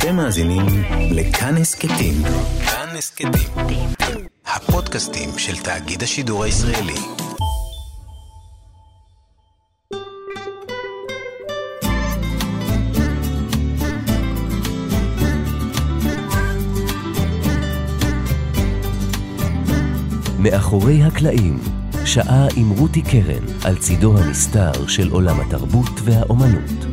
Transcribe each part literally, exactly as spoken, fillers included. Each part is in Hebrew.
אתם מאזינים לכאן הסכתים. כאן הסכתים. הפודקאסטים של תאגיד השידור הישראלי. מאחורי הקלעים, שעה עם רותי קרן על צידו הנסתר של עולם התרבות והאומנות.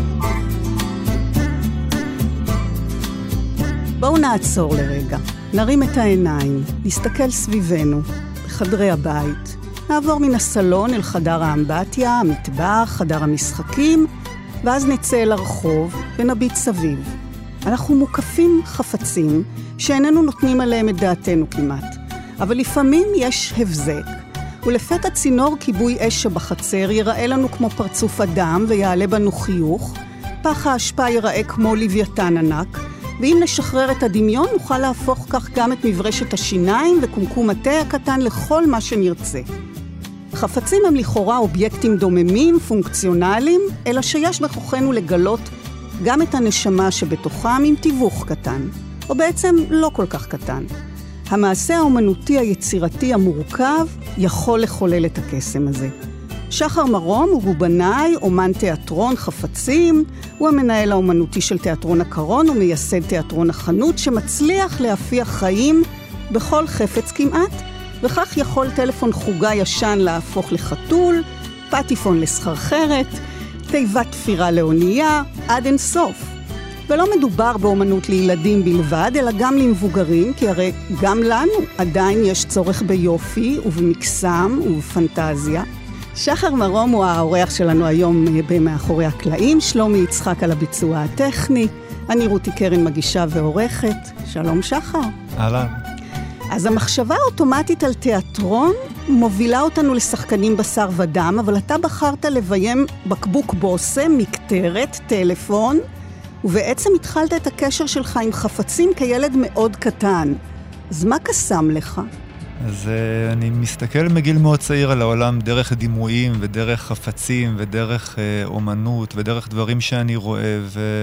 בואו נעצור לרגע, נרים את העיניים, נסתכל סביבנו, בחדרי הבית, נעבור מן הסלון אל חדר האמבטיה, המטבח, חדר המשחקים, ואז נצא אל הרחוב ונביט סביב. אנחנו מוקפים חפצים שאיננו נותנים עליהם את דעתנו כמעט, אבל לפעמים יש הבזק, ולפתע צינור כיבוי אש שבחצר ייראה לנו כמו פרצוף אדם ויעלה בנו חיוך, פח האשפה ייראה כמו לוויתן ענק, ואם נשחרר את הדמיון נוכל להפוך כך גם את מברשת השיניים וקומקום התה הקטן לכל מה שנרצה. חפצים הם לכאורה אובייקטים דוממים, פונקציונליים, אלא שיש בכוחנו לגלות גם את הנשמה שבתוכם עם תיווך קטן, או בעצם לא כל כך קטן. המעשה האומנותי היצירתי המורכב יכול לחולל את הקסם הזה. שחר מרום הוא בובנאי, אומן תיאטרון חפצים, הוא המנהל האומנותי של תיאטרון הקרון ומייסד תיאטרון החנות שמצליח להפיח חיים בכל חפץ כמעט, וכך יכול טלפון חוגה ישן להפוך לחתול, פטיפון לסחרחרת, תיבת תפירה לאונייה, עד אין סוף. ולא מדובר באומנות לילדים בלבד, אלא גם למבוגרים, כי הרי גם לנו עדיין יש צורך ביופי ובמקסם ובפנטזיה. שחר מרום הוא האורח שלנו היום במאחורי הקלעים, שלומי יצחק על הביצוע הטכני, אני רותי קרן מגישה ועורכת. שלום שחר. אהלן. אז המחשבה האוטומטית על תיאטרון מובילה אותנו לשחקנים בשר ודם, אבל אתה בחרת לביים בקבוק בושם, מקטרת, טלפון, ובעצם התחלת את הקשר שלך עם חפצים כילד מאוד קטן. אז מה קסם לך? אז uh, אני מסתכל מגיל מאוד צעיר על העולם דרך דימויים ודרך חפצים ודרך uh, אומנות ודרך דברים שאני רואה,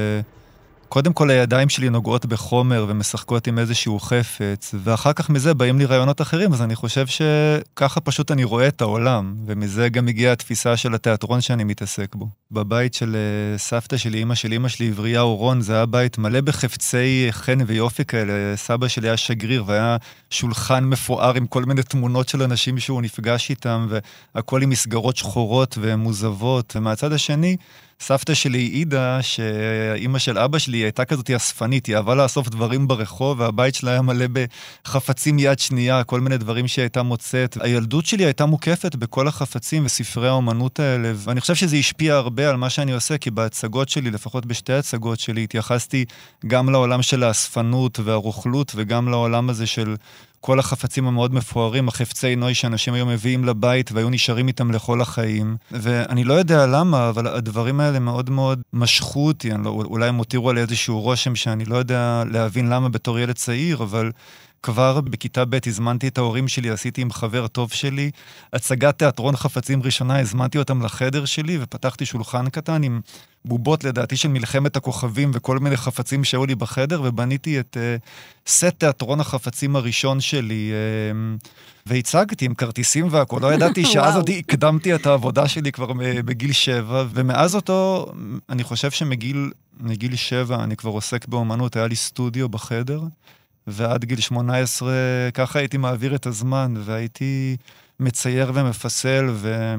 וקודם כל הידיים שלי נוגעות בחומר ומשחקות עם איזשהו חפץ, ואחר כך מזה באים לי רעיונות אחרים, אז אני חושב שככה פשוט אני רואה את העולם, ומזה גם הגיעה התפיסה של התיאטרון שאני מתעסק בו. בבית של uh, סבתא שלי, אמא של אמא שלי, עבריה אורון, זה היה בית מלא בחפצי חן ויופי כאלה. סבא שלי היה שגריר, והיה שולחן מפואר עם כל מיני תמונות של אנשים שהוא נפגש איתם, והכל עם מסגרות שחורות ומוזבות. ומהצד השני, סבתא שלי העידה שאמא של אבא שלי הייתה כזאת אספנית, היא אהבה לאסוף דברים ברחוב, והבית שלה היה מלא בחפצים יד שנייה, כל מיני דברים שהיא הייתה מוצאת. הילדות שלי הייתה מוקפת בכל החפצים וספרי האומנות האלה, ואני חושב שזה השפיע הרבה על מה שאני עושה, כי בהצגות שלי, לפחות בשתי הצגות שלי, התייחסתי גם לעולם של האספנות והרוכלות, וגם לעולם הזה של כל החפצים המאוד מפוארים, החפצי נוי שאנשים היו מביאים לבית והיו נשארים איתם לכל החיים. ואני לא יודע למה, אבל הדברים האלה מאוד מאוד משכו אותי. לא, אולי הם הותירו על איזשהו רושם שאני לא יודע להבין למה בתור ילד צעיר, אבל כבר בכיתה ב' הזמנתי את ההורים שלי, עשיתי עם חבר טוב שלי, הצגת תיאטרון חפצים ראשונה, הזמנתי אותם לחדר שלי ופתחתי שולחן קטן עם בובות לדעתי של מלחמת הכוכבים וכל מיני חפצים שהיו לי בחדר, ובניתי את uh, סט תיאטרון החפצים הראשון שלי, uh, והצגתי עם כרטיסים והכל. לא ידעתי שאז עוד הקדמתי את העבודה שלי כבר בגיל שבע, ומאז אותו אני חושב שמגיל מגיל שבע אני כבר עוסק באומנות, היה לי סטודיו בחדר, ועד גיל שמונה עשרה ככה הייתי מעביר את הזמן, והייתי מצייר ומפסל,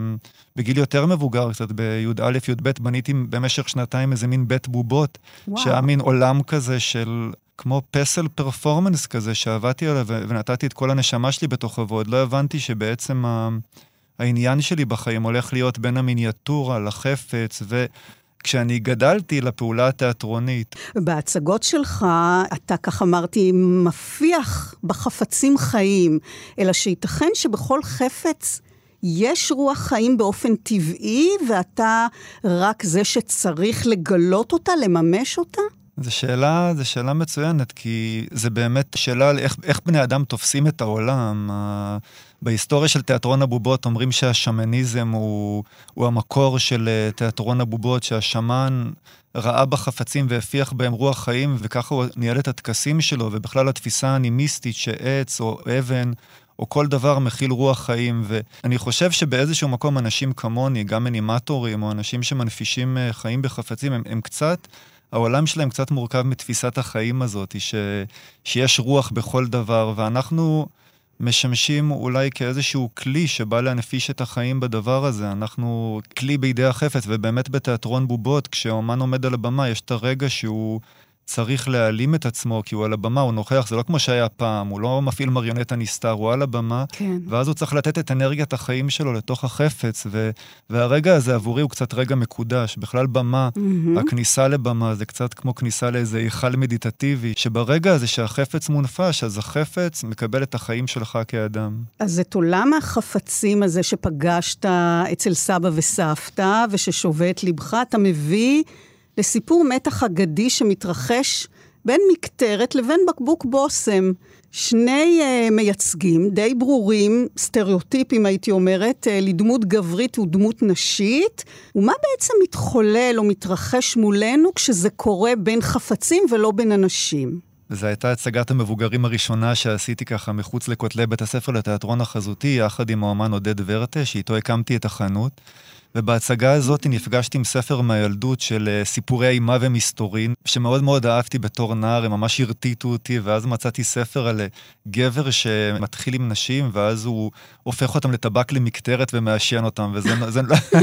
ובגיל יותר מבוגר קצת, בי"א י"ב בניתי במשך שנתיים איזה מין בית בובות, וואו. שהיה מין עולם כזה של כמו פסל פרפורמנס כזה, שעבדתי עליו ונתתי את כל הנשמה שלי בתוך ועוד לא הבנתי שבעצם העניין שלי בחיים הולך להיות בין המיניאטורה לחפץ, ו... כשאני גדלתי לפעולה התיאטרונית. בהצגות שלך, אתה כך אמרתי, מפיח בחפצים חיים, אלא שייתכן שבכל חפץ יש רוח חיים באופן טבעי, ואתה רק זה שצריך לגלות אותה, לממש אותה? זו שאלה, זו שאלה מצוינת, כי זה באמת שאלה על איך, איך בני אדם תופסים את העולם. בהיסטוריה של תיאטרון הבובות אומרים שהשמניזם הוא, הוא המקור של תיאטרון הבובות, שהשמן ראה בחפצים והפיח בהם רוח חיים, וככה הוא ניהל את הטקסים שלו, ובכלל התפיסה האנימיסטית שעץ או אבן, או כל דבר מכיל רוח חיים, ואני חושב שבאיזשהו מקום אנשים כמוני, גם אנימטורים, או אנשים שמנפישים חיים בחפצים, הם, הם קצת, העולם שלהם קצת מורכב מתפיסת החיים הזאת, ש, שיש רוח בכל דבר, ואנחנו משמשים אולי כאיזשהו כלי שבא להנפיש את החיים בדבר הזה. אנחנו כלי בידי החפץ, ובאמת בתיאטרון בובות, כשאומן עומד על הבמה, יש את הרגע שהוא צריך להעלים את עצמו, כי הוא על הבמה, הוא נוכח, זה לא כמו שהיה פעם, הוא לא מפעיל מריונטה נסתר, הוא על הבמה, כן. ואז הוא צריך לתת את אנרגיית החיים שלו לתוך החפץ, ו, והרגע הזה עבורי הוא קצת רגע מקודש, בכלל במה, mm-hmm. הכניסה לבמה זה קצת כמו כניסה לאיזה היכל מדיטטיבי, שברגע הזה שהחפץ מונפש, אז החפץ מקבל את החיים שלך כאדם. אז את עולם החפצים הזה שפגשת אצל סבא וסבתא, וששובה את לבך, אתה מביא לסיפור מתח אגדי שמתרחש בין מקטרת לבין בקבוק בוסם. שני uh, מייצגים די ברורים, סטריאוטיפים הייתי אומרת, uh, לדמות גברית ודמות נשית, ומה בעצם מתחולל או מתרחש מולנו כשזה קורה בין חפצים ולא בין אנשים? וזו הייתה הצגת המבוגרים הראשונה שעשיתי ככה מחוץ לכותלי בית הספר לתיאטרון החזותי, יחד עם האומן עודד ורטה, שאיתו הקמתי את החנות. ובהצגה הזאת נפגשתי עם ספר מהילדות של סיפורי אימה ומסתורין, שמאוד מאוד אהבתי בתור נער, הם ממש הרטיטו אותי, ואז מצאתי ספר על גבר שמתחיל עם נשים, ואז הוא הופך אותם לטבק למקטרת ומאשיין אותם, וזה זה,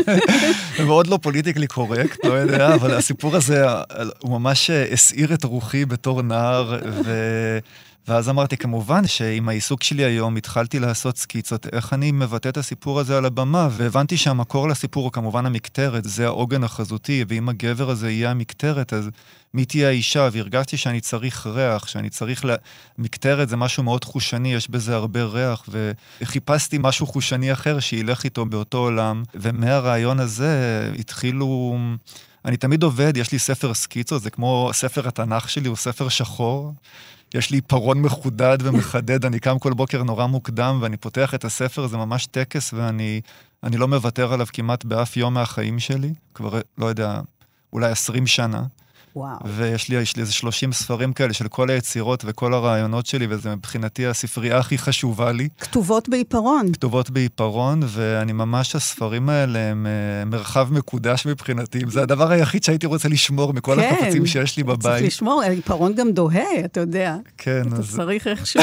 מאוד לא פוליטיקלי קורקט, לא יודע, אבל הסיפור הזה, הוא ממש הסעיר את רוחי בתור נער, ו... ואז אמרתי, כמובן שעם העיסוק שלי היום התחלתי לעשות סקיצות, איך אני מבטא את הסיפור הזה על הבמה, והבנתי שהמקור לסיפור הוא כמובן המקטרת, זה העוגן החזותי, ואם הגבר הזה יהיה המקטרת, אז מי תהיה האישה? והרגשתי שאני צריך ריח, שאני צריך... לה... מקטרת זה משהו מאוד חושני, יש בזה הרבה ריח, וחיפשתי משהו חושני אחר שילך איתו באותו עולם, ומהרעיון הזה התחילו... אני תמיד עובד, יש לי ספר סקיצות, זה כמו ספר התנ"ך שלי, הוא ספר שחור, יש לי פרון מחודד ומחדד, אני קם כל בוקר נורא מוקדם, ואני פותח את הספר, זה ממש טקס, ואני אני לא מוותר עליו כמעט באף יום מהחיים שלי, כבר, לא יודע, אולי עשרים שנה. וואו. ויש לי, יש לי איזה שלושים ספרים כאלה של כל היצירות וכל הרעיונות שלי, וזה מבחינתי הספרייה הכי חשובה לי. כתובות בעיפרון. כתובות בעיפרון, ואני ממש, הספרים האלה הם מרחב מקודש מבחינתי. זה הדבר היחיד שהייתי רוצה לשמור מכל כן, החפצים שיש לי בבית. צריך לשמור, העיפרון גם דוהה, אתה יודע. כן. אתה אז... צריך איכשהו.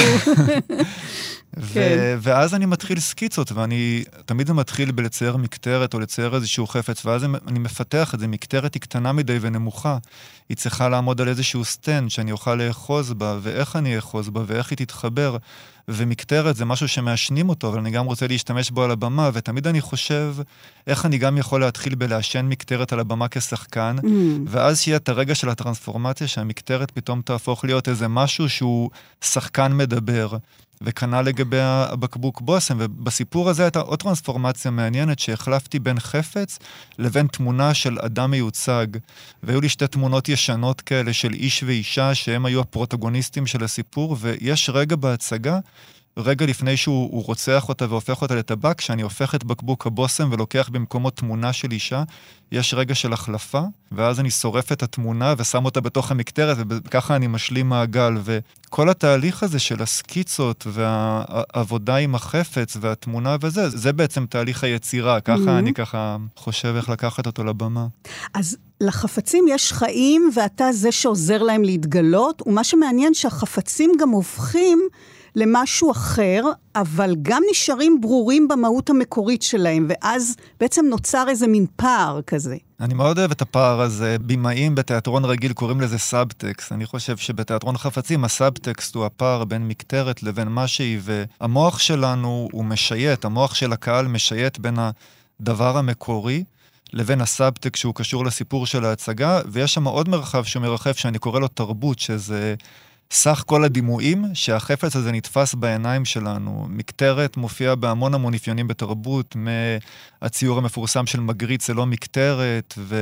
ו- כן. ואז אני מתחיל סקיצות, ואני תמיד זה מתחיל בלצייר מקטרת או לצייר איזשהו חפץ, ואז אני מפתח את זה, מקטרת היא קטנה מדי ונמוכה, היא צריכה לעמוד על איזשהו סטנד שאני אוכל לאחוז בה, ואיך אני אחוז בה, ואיך היא תתחבר, ומקטרת זה משהו שמאשנים אותו, אבל אני גם רוצה להשתמש בו על הבמה, ותמיד אני חושב איך אני גם יכול להתחיל בלאשן מקטרת על הבמה כשחקן, mm. ואז שיהיה את הרגע של הטרנספורמציה, שהמקטרת פתאום תהפוך להיות איזה משהו שהוא שחקן מדבר, וכנ"ל לגבי הבקבוק בוסם, ובסיפור הזה הייתה עוד טרנספורמציה מעניינת, שהחלפתי בין חפץ לבין תמונה של אדם מיוצג, והיו לי שתי תמונות ישנות כאלה של איש ואישה, שהם היו הפרוטגוניסטים של הסיפור, ויש רגע בהצגה, רגע לפני שהוא רוצח אותה והופך אותה לטבק, שאני הופך את בקבוק הבוסם ולוקח במקומו תמונה של אישה, יש רגע של החלפה, ואז אני שורף את התמונה ושם אותה בתוך המקטרת, וככה אני משלים מעגל, וכל התהליך הזה של הסקיצות והעבודה עם החפץ והתמונה וזה, זה בעצם תהליך היצירה, ככה mm-hmm. אני ככה חושב איך לקחת אותו לבמה. אז לחפצים יש חיים, ואתה זה שעוזר להם להתגלות, ומה שמעניין שהחפצים גם הופכים למשהו אחר, אבל גם נשארים ברורים במהות המקורית שלהם, ואז בעצם נוצר איזה מין פער כזה. אני מאוד אוהב את הפער הזה. בימאים בתיאטרון רגיל קוראים לזה סאבטקסט. אני חושב שבתיאטרון חפצים הסאבטקסט הוא הפער בין מקטרת לבין משהי, והמוח שלנו הוא משייט, המוח של הקהל משייט בין הדבר המקורי לבין הסאבטקסט שהוא קשור לסיפור של ההצגה, ויש שם עוד מרחב שהוא מרחב שאני קורא לו תרבות, שזה סך כל הדימויים שהחפץ הזה נתפס בעיניים שלנו. מקטרת מופיע בהמון המון אפיונים בתרבות, מהציור המפורסם של מגריט זה לא מקטרת,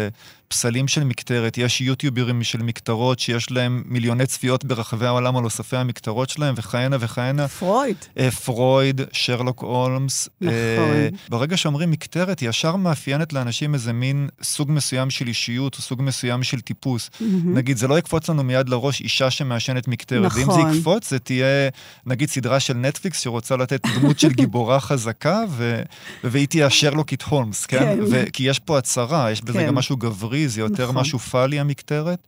פסלים של מקטרת, יש יוטיוברים של מקטרות שיש להם מיליוני צפיות ברחבי העולם על אוספי המקטרות שלהם, וכהנה וכהנה. פרויד. פרויד, שרלוק הולמס. נכון. ברגע שאומרים מקטרת, היא ישר מאפיינת לאנשים איזה מין סוג מסוים של אישיות, או סוג מסוים של טיפוס. נגיד, זה לא יקפוץ לנו מיד לראש אישה שמאשנת מקטרת. נכון. ואם זה יקפוץ, זה תהיה, נגיד, סדרה של נטפליקס שרוצה לתת דמות של גיבורה חזקה, ו... והיא תהיה שרלוקית הולמס, כן? כן. ו... כי יש פה הצרה, יש בזה כן. גם משהו גברי, זה יותר נכון. משהו פאלי המקטרת.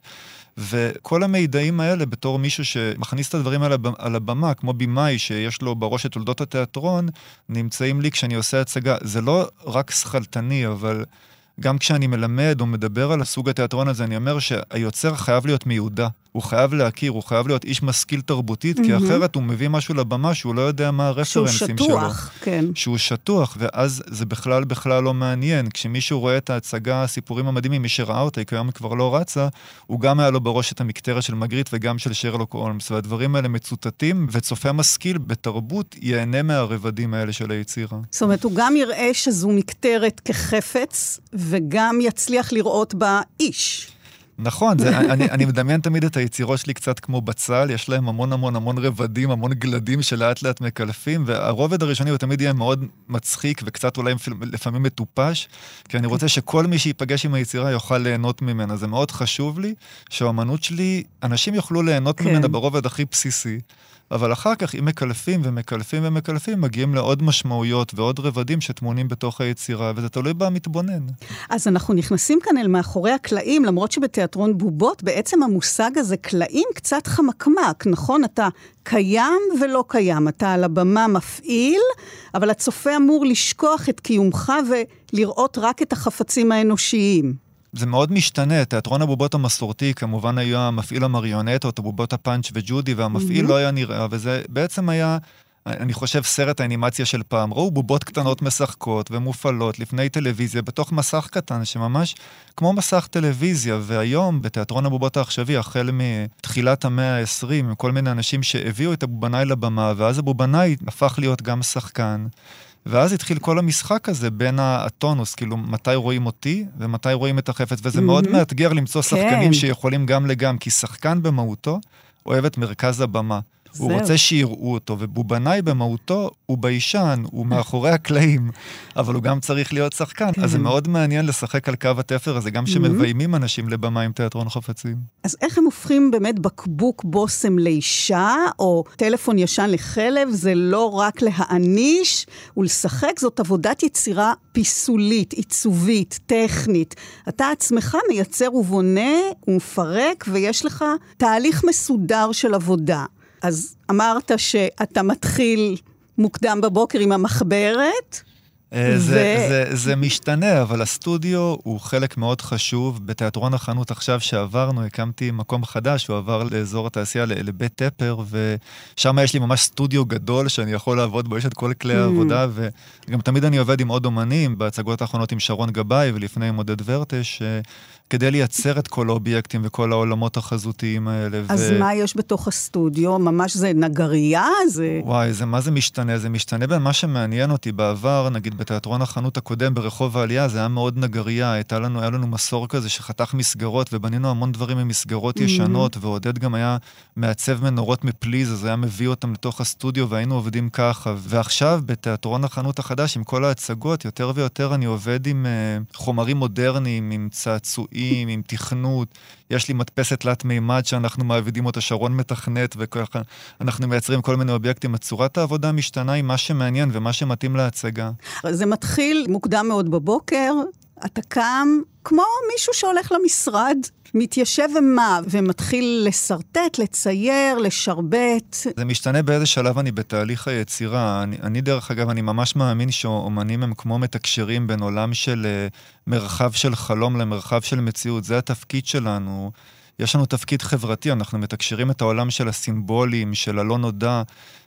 וכל המידעים האלה, בתור מישהו שמכניס את הדברים האלה על הבמה, כמו בימאי שיש לו בראש את תולדות התיאטרון, נמצאים לי כשאני עושה הצגה. זה לא רק שכלתני, אבל גם כשאני מלמד או מדבר על הסוג התיאטרון הזה, אני אומר שהיוצר חייב להיות מיודע. הוא חייב להכיר, הוא חייב להיות איש משכיל תרבותית, כי אחרת הוא מביא משהו לבמה שהוא לא יודע מה הרפרנסים שלו. שהוא שטוח, כן. שהוא שטוח, ואז זה בכלל בכלל לא מעניין. כשמישהו רואה את ההצגה, הסיפורים המדהימים, מי שראה אותה, כי היום כבר לא רצה, הוא גם היה לו בראש את המקטרת של מגריט וגם של שרלוק הולמס, והדברים האלה מצוטטים, וצופה משכיל בתרבות ייהנה מהרבדים האלה של היצירה. זאת אומרת, הוא גם יראה שזו מקטרת כחפץ, וגם יצליח לראות בה איש. נכון, זה, אני, אני מדמיין תמיד את היצירות שלי קצת כמו בצל, יש להם המון המון המון רבדים, המון גלדים שלאט לאט מקלפים, והרובד הראשוני הוא תמיד יהיה מאוד מצחיק, וקצת אולי לפעמים מטופש, כי אני רוצה שכל מי שיפגש עם היצירה יוכל ליהנות ממנה. זה מאוד חשוב לי שהאמנות שלי, אנשים יוכלו ליהנות כן. ממנה ברובד הכי בסיסי, אבל אחר כך, אם מקלפים ומקלפים ומקלפים, מגיעים לעוד משמעויות ועוד רבדים שתמונים בתוך היצירה, וזה תלוי במתבונן. אז אנחנו נכנסים כאן אל מאחורי הקלעים, למרות שבתיאטרון בובות, בעצם המושג הזה, קלעים קצת חמקמק, נכון? אתה קיים ולא קיים, אתה על הבמה מפעיל, אבל הצופה אמור לשכוח את קיומך ולראות רק את החפצים האנושיים. זה מאוד משתנה, תיאטרון הבובות המסורתי כמובן היה מפעיל המריונטות, הבובות הפאנץ' וג'ודי, והמפעיל mm-hmm. לא היה נראה, וזה בעצם היה, אני חושב, סרט האנימציה של פעם. ראו בובות קטנות משחקות ומופעלות לפני טלוויזיה, בתוך מסך קטן, שממש כמו מסך טלוויזיה, והיום בתיאטרון הבובות העכשווי, החל מתחילת המאה ה-עשרים, עם כל מיני אנשים שהביאו את הבובנאי לבמה, ואז הבובנאי הפך להיות גם שחקן, ואז התחיל כל המשחק הזה בין הטונוס, כאילו מתי רואים אותי ומתי רואים את החפץ, וזה mm-hmm. מאוד מאתגר למצוא שחקנים כן. שיכולים גם לגם, כי שחקן במהותו אוהב את מרכז הבמה. זהו. הוא רוצה שיראו אותו, ובובנאי במהותו הוא ביישן, הוא מאחורי הקלעים, אבל הוא גם צריך להיות שחקן. כן. אז זה מאוד מעניין לשחק על קו התפר הזה, גם שמביימים אנשים לבמה עם תיאטרון חפצים. אז איך הם הופכים באמת בקבוק בוסם לאישה, או טלפון ישן לחלב, זה לא רק להעניש ולשחק, זאת עבודת יצירה פיסולית, עיצובית, טכנית. אתה עצמך מייצר ובונה ומפרק, ויש לך תהליך מסודר של עבודה. אז אמרת שאתה מתחיל מוקדם בבוקר עם המחברת? זה, זה, זה משתנה, אבל הסטודיו הוא חלק מאוד חשוב. בתיאטרון החנות עכשיו שעברנו, הקמתי מקום חדש, הוא עבר לאזור התעשייה, לבית טפר, ושם יש לי ממש סטודיו גדול שאני יכול לעבוד בו, יש את כל כלי העבודה, וגם תמיד אני עובד עם עוד אומנים, בהצגות האחרונות עם שרון גבאי, ולפני עם עודד ורטש, כדי לייצר את כל האובייקטים וכל העולמות החזותיים האלה. אז ו... מה יש בתוך הסטודיו? ממש זה נגרייה? זה... וואי, זה מה זה משתנה? זה משתנה בין מה שמעניין אותי בעבר, נגיד בתיאטרון החנות הקודם ברחוב העלייה, זה היה מאוד נגרייה, הייתה לנו, היה לנו מסור כזה שחתך מסגרות, ובנינו המון דברים ממסגרות ישנות, ועודד גם היה מעצב מנורות מפליז, אז היה מביא אותם לתוך הסטודיו, והיינו עובדים ככה. ועכשיו בתיאטרון החנות החדש, עם כל ההצגות, יותר ויותר אני עובד עם uh, חומרים מודרניים, עם צעצועים, עם תכנות, יש לי מדפסת תלת מימד שאנחנו מעבידים אותה, שרון מתכנת, וככה אנחנו מייצרים כל מיני אובייקטים. צורת העבודה משתנה עם מה שמעניין ומה שמתאים להצגה. זה מתחיל מוקדם מאוד בבוקר, אתה קם כמו מישהו שהולך למשרד, מתיישב ומה, ומתחיל לסרטט, לצייר, לשרבט. זה משתנה באיזה שלב אני בתהליך היצירה. אני, אני דרך אגב, אני ממש מאמין שאומנים הם כמו מתקשרים בין עולם של מרחב של חלום למרחב של מציאות. זה התפקיד שלנו. יש לנו תפקיד חברתי, אנחנו מתקשרים את העולם של הסימבולים, של הלא נודע,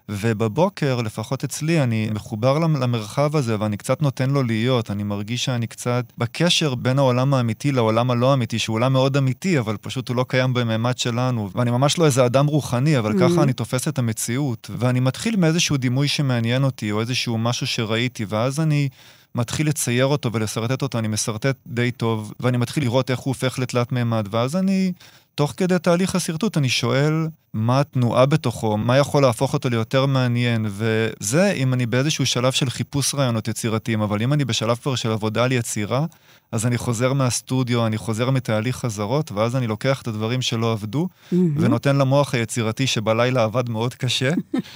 ובבוקר, לפחות אצלי, אני מחובר למרחב הזה, ואני קצת נותן לו להיות, אני מרגיש שאני קצת בקשר בין העולם האמיתי לעולם הלא אמיתי, שהוא עולם מאוד אמיתי, אבל פשוט הוא לא קיים בממד שלנו, ואני ממש לא איזה אדם רוחני, אבל ככה אני תופס את המציאות, ואני מתחיל מאיזשהו דימוי שמעניין אותי, או איזשהו משהו שראיתי, ואז אני מתחיל לצייר אותו ולסרטט אותו, אני מסרטט די טוב, ואני מתחיל לראות איך הוא הופך לתלת מימד, ואז אני, תוך כדי תהליך הסרטוט, אני שואל מה התנועה בתוכו, מה יכול להפוך אותו ליותר מעניין, וזה אם אני באיזשהו שלב של חיפוש רעיונות יצירתיים, אבל אם אני בשלב כבר של עבודה על יצירה, אז אני חוזר מהסטודיו, אני חוזר מתהליך חזרות, ואז אני לוקח את הדברים שלא עבדו, mm-hmm. ונותן למוח היצירתי שבלילה עבד מאוד קשה,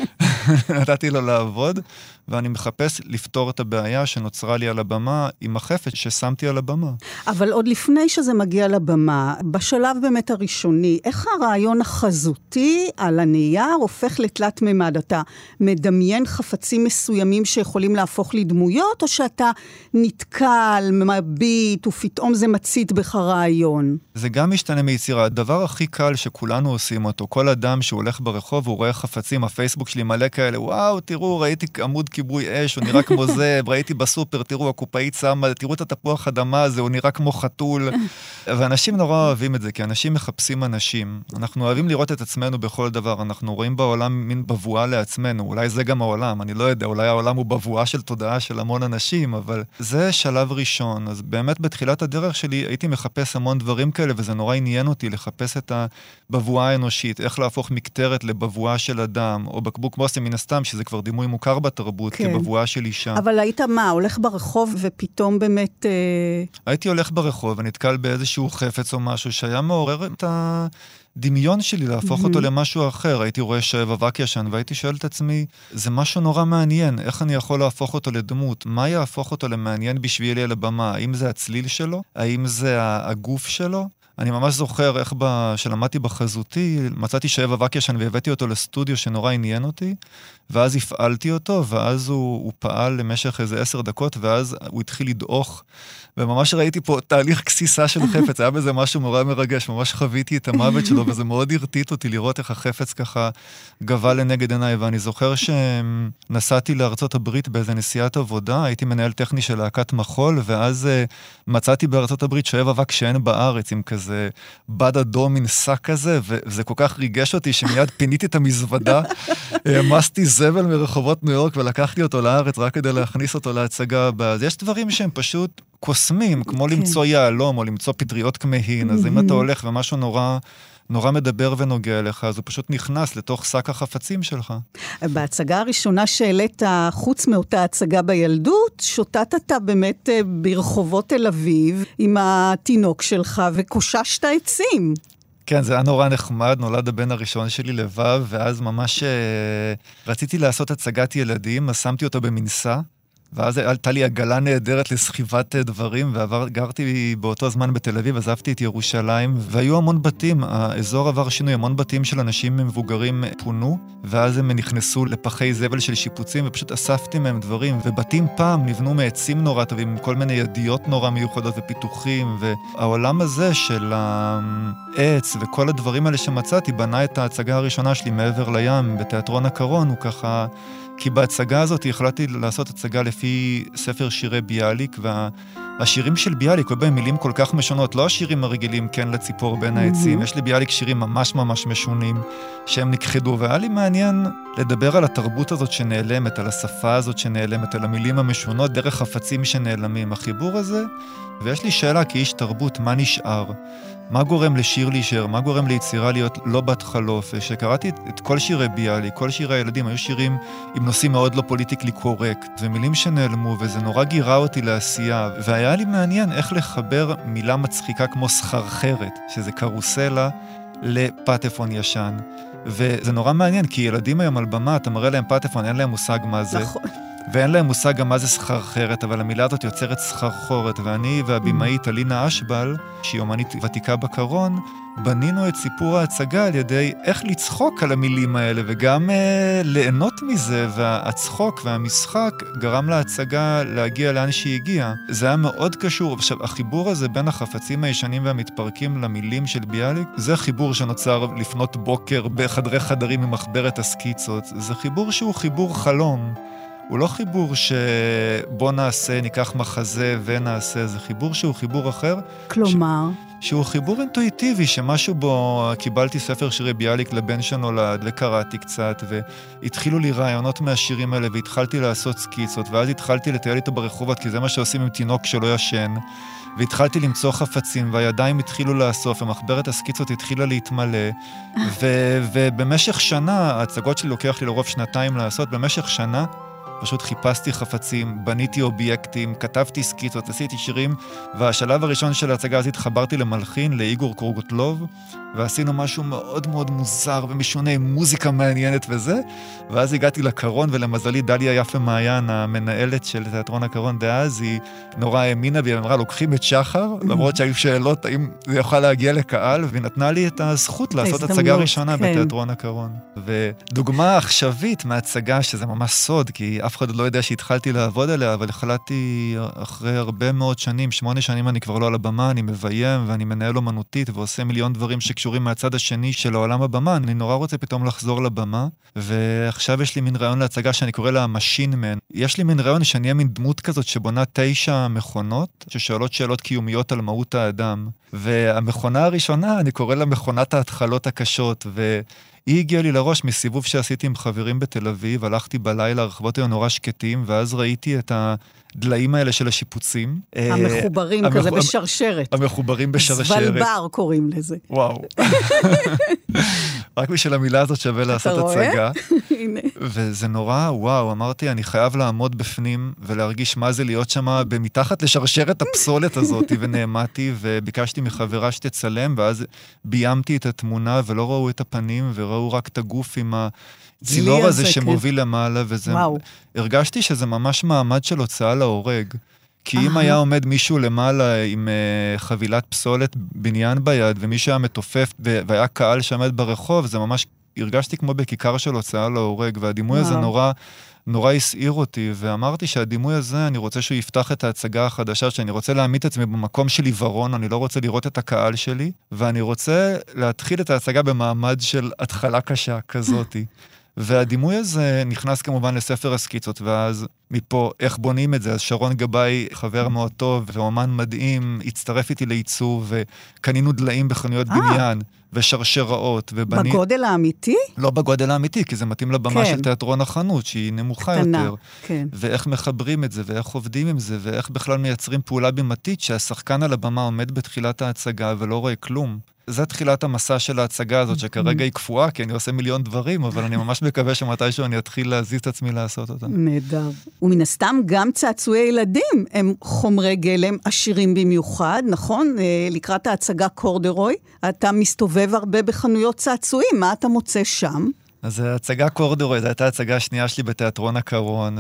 נתתי לו לעבוד, ואני מחפש לפתור את הבעיה שנוצרה לי על הבמה, עם החפץ ששמתי על הבמה. אבל עוד לפני שזה מגיע לבמה, בשלב באמת הראשוני, איך הרעיון החזותי על הנייר הופך לתלת ממד? אתה מדמיין חפצים מסוימים שיכולים להפוך לדמויות, או שאתה נתקל, מביט, ופתאום זה מצית בך רעיון? זה גם משתנה מיצירה. הדבר הכי קל שכולנו עושים אותו, כל אדם שהולך ברחוב, הוא רואה חפצים, הפייסבוק שלי מלא כאלה, וואו, תראו, ראיתי עמוד כיבוי אש, הוא נראה כמו זה, ראיתי בסופר, תראו, הקופאית שמה, תראו את התפוח אדמה הזה, הוא נראה כמו חתול. ואנשים נורא אוהבים את זה, כי אנשים מחפשים אנשים. אנחנו אוהבים לראות את עצמנו בכל דבר, אנחנו רואים בעולם מין בבואה לעצמנו, אולי זה גם העולם, אני לא יודע, אולי העולם הוא בבואה של תודעה של המון אנשים, אבל זה שלב ראשון. אז באמת בתחילת הדרך שלי הייתי מחפש המון דברים כאלה, וזה נורא עניין אותי לחפש את הבבואה האנושית, איך להפוך מקטרת לבבואה של אדם, או בקבוק מוסי מן הסתם, שזה כבר דימוי מוכר בתרבות, כן. כבבואה של אישה. אבל היית מה, הולך ברחוב ופתאום באמת... אה... הייתי הולך ברחוב ונתקל באיזשהו חפץ או משהו שהיה מעורר את הדמיון שלי להפוך mm-hmm. אותו למשהו אחר. הייתי רואה שואב אבק ישן והייתי שואל את עצמי, זה משהו נורא מעניין, איך אני יכול להפוך אותו לדמות? מה יהפוך אותו למעניין בשבילי על הבמה? האם זה הצליל שלו? האם זה הגוף שלו? אני ממש זוכר איך ב... שלמדתי בחזותי, מצאתי שואב אבק ישן והבאתי אותו לסטודיו שנורא עניין אותי, ואז הפעלתי אותו, ואז הוא, הוא פעל למשך איזה עשר דקות, ואז הוא התחיל לדעוך, וממש ראיתי פה תהליך כסיסה של חפץ, היה בזה משהו מורה מרגש, ממש חוויתי את המוות שלו, וזה מאוד הרטיט אותי לראות איך החפץ ככה גבה לנגד עיניי, ואני זוכר שנסעתי לארצות הברית באיזה נסיעת עבודה, הייתי מנהל טכני של להקת מחול, ואז מצאתי בארצות הברית שואב אבק שאין בארץ, עם כזה בד אדום מן שק כזה, וזה כל כך ריגש אותי שמיד פיניתי את המזוודה, מסתי זבל מרחובות ניו יורק, ולקחתי אותו לארץ רק כדי להכניס אותו להצגה הבאה. אז יש דברים שהם פשוט קוסמים, כמו למצוא יעלום, או למצוא פטריות כמהין, אז אם אתה הולך ומשהו נורא... נורא מדבר ונוגע לך, אז הוא פשוט נכנס לתוך שק החפצים שלך. בהצגה הראשונה שהעלית, חוץ מאותה הצגה בילדות, שוטטת באמת ברחובות תל אביב עם התינוק שלך וקוששת עצים. כן, זה היה נורא נחמד, נולד הבן הראשון שלי לבב, ואז ממש רציתי לעשות הצגת ילדים, אז שמתי אותו במנסה, ואז עלתה לי עגלה נהדרת לסחיבת דברים, וגרתי באותו זמן בתל אביב, עזבתי את ירושלים, והיו המון בתים, האזור עבר שינוי, המון בתים של אנשים מבוגרים פונו, ואז הם נכנסו לפחי זבל של שיפוצים, ופשוט אספתי מהם דברים, ובתים פעם נבנו מעצים נורא טובים, כל מיני ידיות נורא מיוחדות ופיתוחים, והעולם הזה של העץ וכל הדברים האלה שמצאתי, בנה את ההצגה הראשונה שלי מעבר לים, בתיאטרון הקרון, הוא ככה... כי בהצגה הזאת החלטתי לעשות הצגה לפי ספר שירי ביאליק, והשירים של ביאליק, ובהם מילים כל כך משונות, לא השירים הרגילים, כן לציפור בין העצים, יש לביאליק שירים ממש ממש משונים, שהם נכחדו, והיה לי מעניין לדבר על התרבות הזאת שנעלמת, על השפה הזאת שנעלמת, על המילים המשונות, דרך חפצים שנעלמים, החיבור הזה, ויש לי שאלה כאיש תרבות, מה נשאר? מה גורם לשיר להישאר? מה גורם ליצירה להיות לא בת חלוף? שקראתי את כל שירי ביאליק, כל שירי הילדים, היו שירים עם נושאים מאוד לא פוליטיקלי קורקט, ומילים שנעלמו, וזה נורא גירה אותי לעשייה, והיה לי מעניין איך לחבר מילה מצחיקה כמו סחרחרת, שזה קרוסלה, לפטפון ישן. וזה נורא מעניין, כי ילדים היום על במה, אתה מראה להם פטפון, אין להם מושג מה זה. נכון. ואין להם מושג גם מה זה סחרחרת, אבל המילה הזאת יוצרת סחרחורת, ואני והבימאית אלינה אשבל, שהיא אומנית ותיקה בקרון, בנינו את סיפור ההצגה על ידי איך לצחוק על המילים האלה, וגם אה, ליהנות מזה, והצחוק והמשחק גרם להצגה להגיע לאן שהיא הגיעה. זה היה מאוד קשור. עכשיו, החיבור הזה בין החפצים הישנים והמתפרקים למילים של ביאליק, זה חיבור שנוצר לפנות בוקר בחדרי חדרים ממחברת הסקיצות. זה חיבור שהוא חיבור חלום. הוא לא חיבור שבוא נעשה, ניקח מחזה ונעשה, זה חיבור שהוא חיבור אחר. כלומר? ש... שהוא חיבור אינטואיטיבי, שמשהו בו, קיבלתי ספר שירי ביאליק לבן שנולד, וקראתי קצת, והתחילו לי רעיונות מהשירים האלה, והתחלתי לעשות סקיצות, ואז התחלתי לטייל איתו ברחובות, כי זה מה שעושים עם תינוק שלא ישן, והתחלתי למצוא חפצים, והידיים התחילו לאסוף, ומחברת הסקיצות התחילה להתמלא, ו- ובמשך שנה, ההצגות שלי לוקח לי לרוב שנתיים לעשות, במשך שנה, פשוט חיפשתי חפצים, בניתי אובייקטים, כתבתי סקיצות, עשיתי שירים, והשלב הראשון של ההצגה הזאת התחברתי למלחין, לאיגור קורגוטלוב, ועשינו משהו מאוד מאוד מוזר ומשונה, מוזיקה מעניינת וזה, ואז הגעתי לקרון, ולמזלי דליה יפה מעיין, המנהלת של תיאטרון הקרון דאז, היא נורא האמינה, והיא אמרה, לוקחים את שחר, למרות שהיו שאלות האם זה יוכל להגיע לקהל, והיא נתנה לי את הזכות לעשות הצגה ראשונה בתיאטרון הקרון. ודוגמה עכשווית מהצגה, שזה ממש סוד, כי אף אחד לא יודע שהתחלתי לעבוד עליה, אבל החלטתי אחרי הרבה מאוד שנים, שמונה שנים אני כבר לא על הבמה, אני מביים ואני מנהל אומנותית ועושה מיליון דברים שקשורים מהצד השני של העולם הבמה. אני נורא רוצה פתאום לחזור לבמה, ועכשיו יש לי מין רעיון להצגה שאני קורא לה Machine Man. יש לי מין רעיון שאני אהיה מין דמות כזאת שבונה תשע מכונות, ששואלות שאלות קיומיות על מהות האדם. והמכונה הראשונה, אני קורא לה מכונת ההתחלות הקשות, ו... היא הגיעה לי לראש מסיבוב שעשיתי עם חברים בתל אביב, הלכתי בלילה, הרחבות היו נורא שקטים, ואז ראיתי את הדליים האלה של השיפוצים. המחוברים המח... כזה בשרשרת. המחוברים בשרשרת. זוולבר קוראים לזה. וואו. רק בשביל המילה הזאת שווה לעשות הצגה. הנה. וזה נורא, וואו, אמרתי, אני חייב לעמוד בפנים ולהרגיש מה זה להיות שם במתחת לשרשרת הפסולת הזאת, ונעמדתי וביקשתי מחברה שתצלם, ואז ביימתי את התמונה ולא ראו את הפנים, וראו רק את הגוף עם הצינור הזה שמוביל למעלה, וזה... הרגשתי שזה ממש מעמד של הוצאה להורג. כי אם היה עומד מישהו למעלה עם חבילת פסולת בניין ביד, ומישהו היה מתופף והיה קהל שעמד ברחוב, זה ממש הרגשתי כמו בכיכר של הוצאה להורג, והדימוי הזה נורא, נורא הסעיר אותי, ואמרתי שהדימוי הזה, אני רוצה שהוא יפתח את ההצגה החדשה, שאני רוצה להעמיד את עצמי במקום של עיוורון, אני לא רוצה לראות את הקהל שלי, ואני רוצה להתחיל את ההצגה במעמד של התחלה קשה כזאתי. והדימוי הזה נכנס כמובן לספר הסקיצות, ואז מפה איך בונים את זה. אז שרון גבאי, חבר מאוד טוב ואומן מדהים, הצטרף איתי לעיצוב, וקנינו דליים בחנויות בניין, ושרשראות, ובנית... בגודל האמיתי? לא בגודל האמיתי, כי זה מתאים לבמה כן. של תיאטרון החנות, שהיא נמוכה קטנה, יותר. כן. ואיך מחברים את זה, ואיך עובדים עם זה, ואיך בכלל מייצרים פעולה בימתית, שהשחקן על הבמה עומד בתחילת ההצגה ולא רואה כלום. זה תחילת המסע של ההצגה הזאת, שכרגע היא קפואה, כי אני עושה מיליון דברים, אבל אני ממש מקווה שמתישהו אני אתחיל להזיז את עצמי לעשות אותה. נהדר. ומן הסתם גם צעצועי ילדים הם חומרי גלם עשירים במיוחד, נכון? לקראת ההצגה קורדרוי, אתה מסתובב הרבה בחנויות צעצועים, מה אתה מוצא שם? אז ההצגה קורדרוי, זו הייתה ההצגה השנייה שלי בתיאטרון הקרון,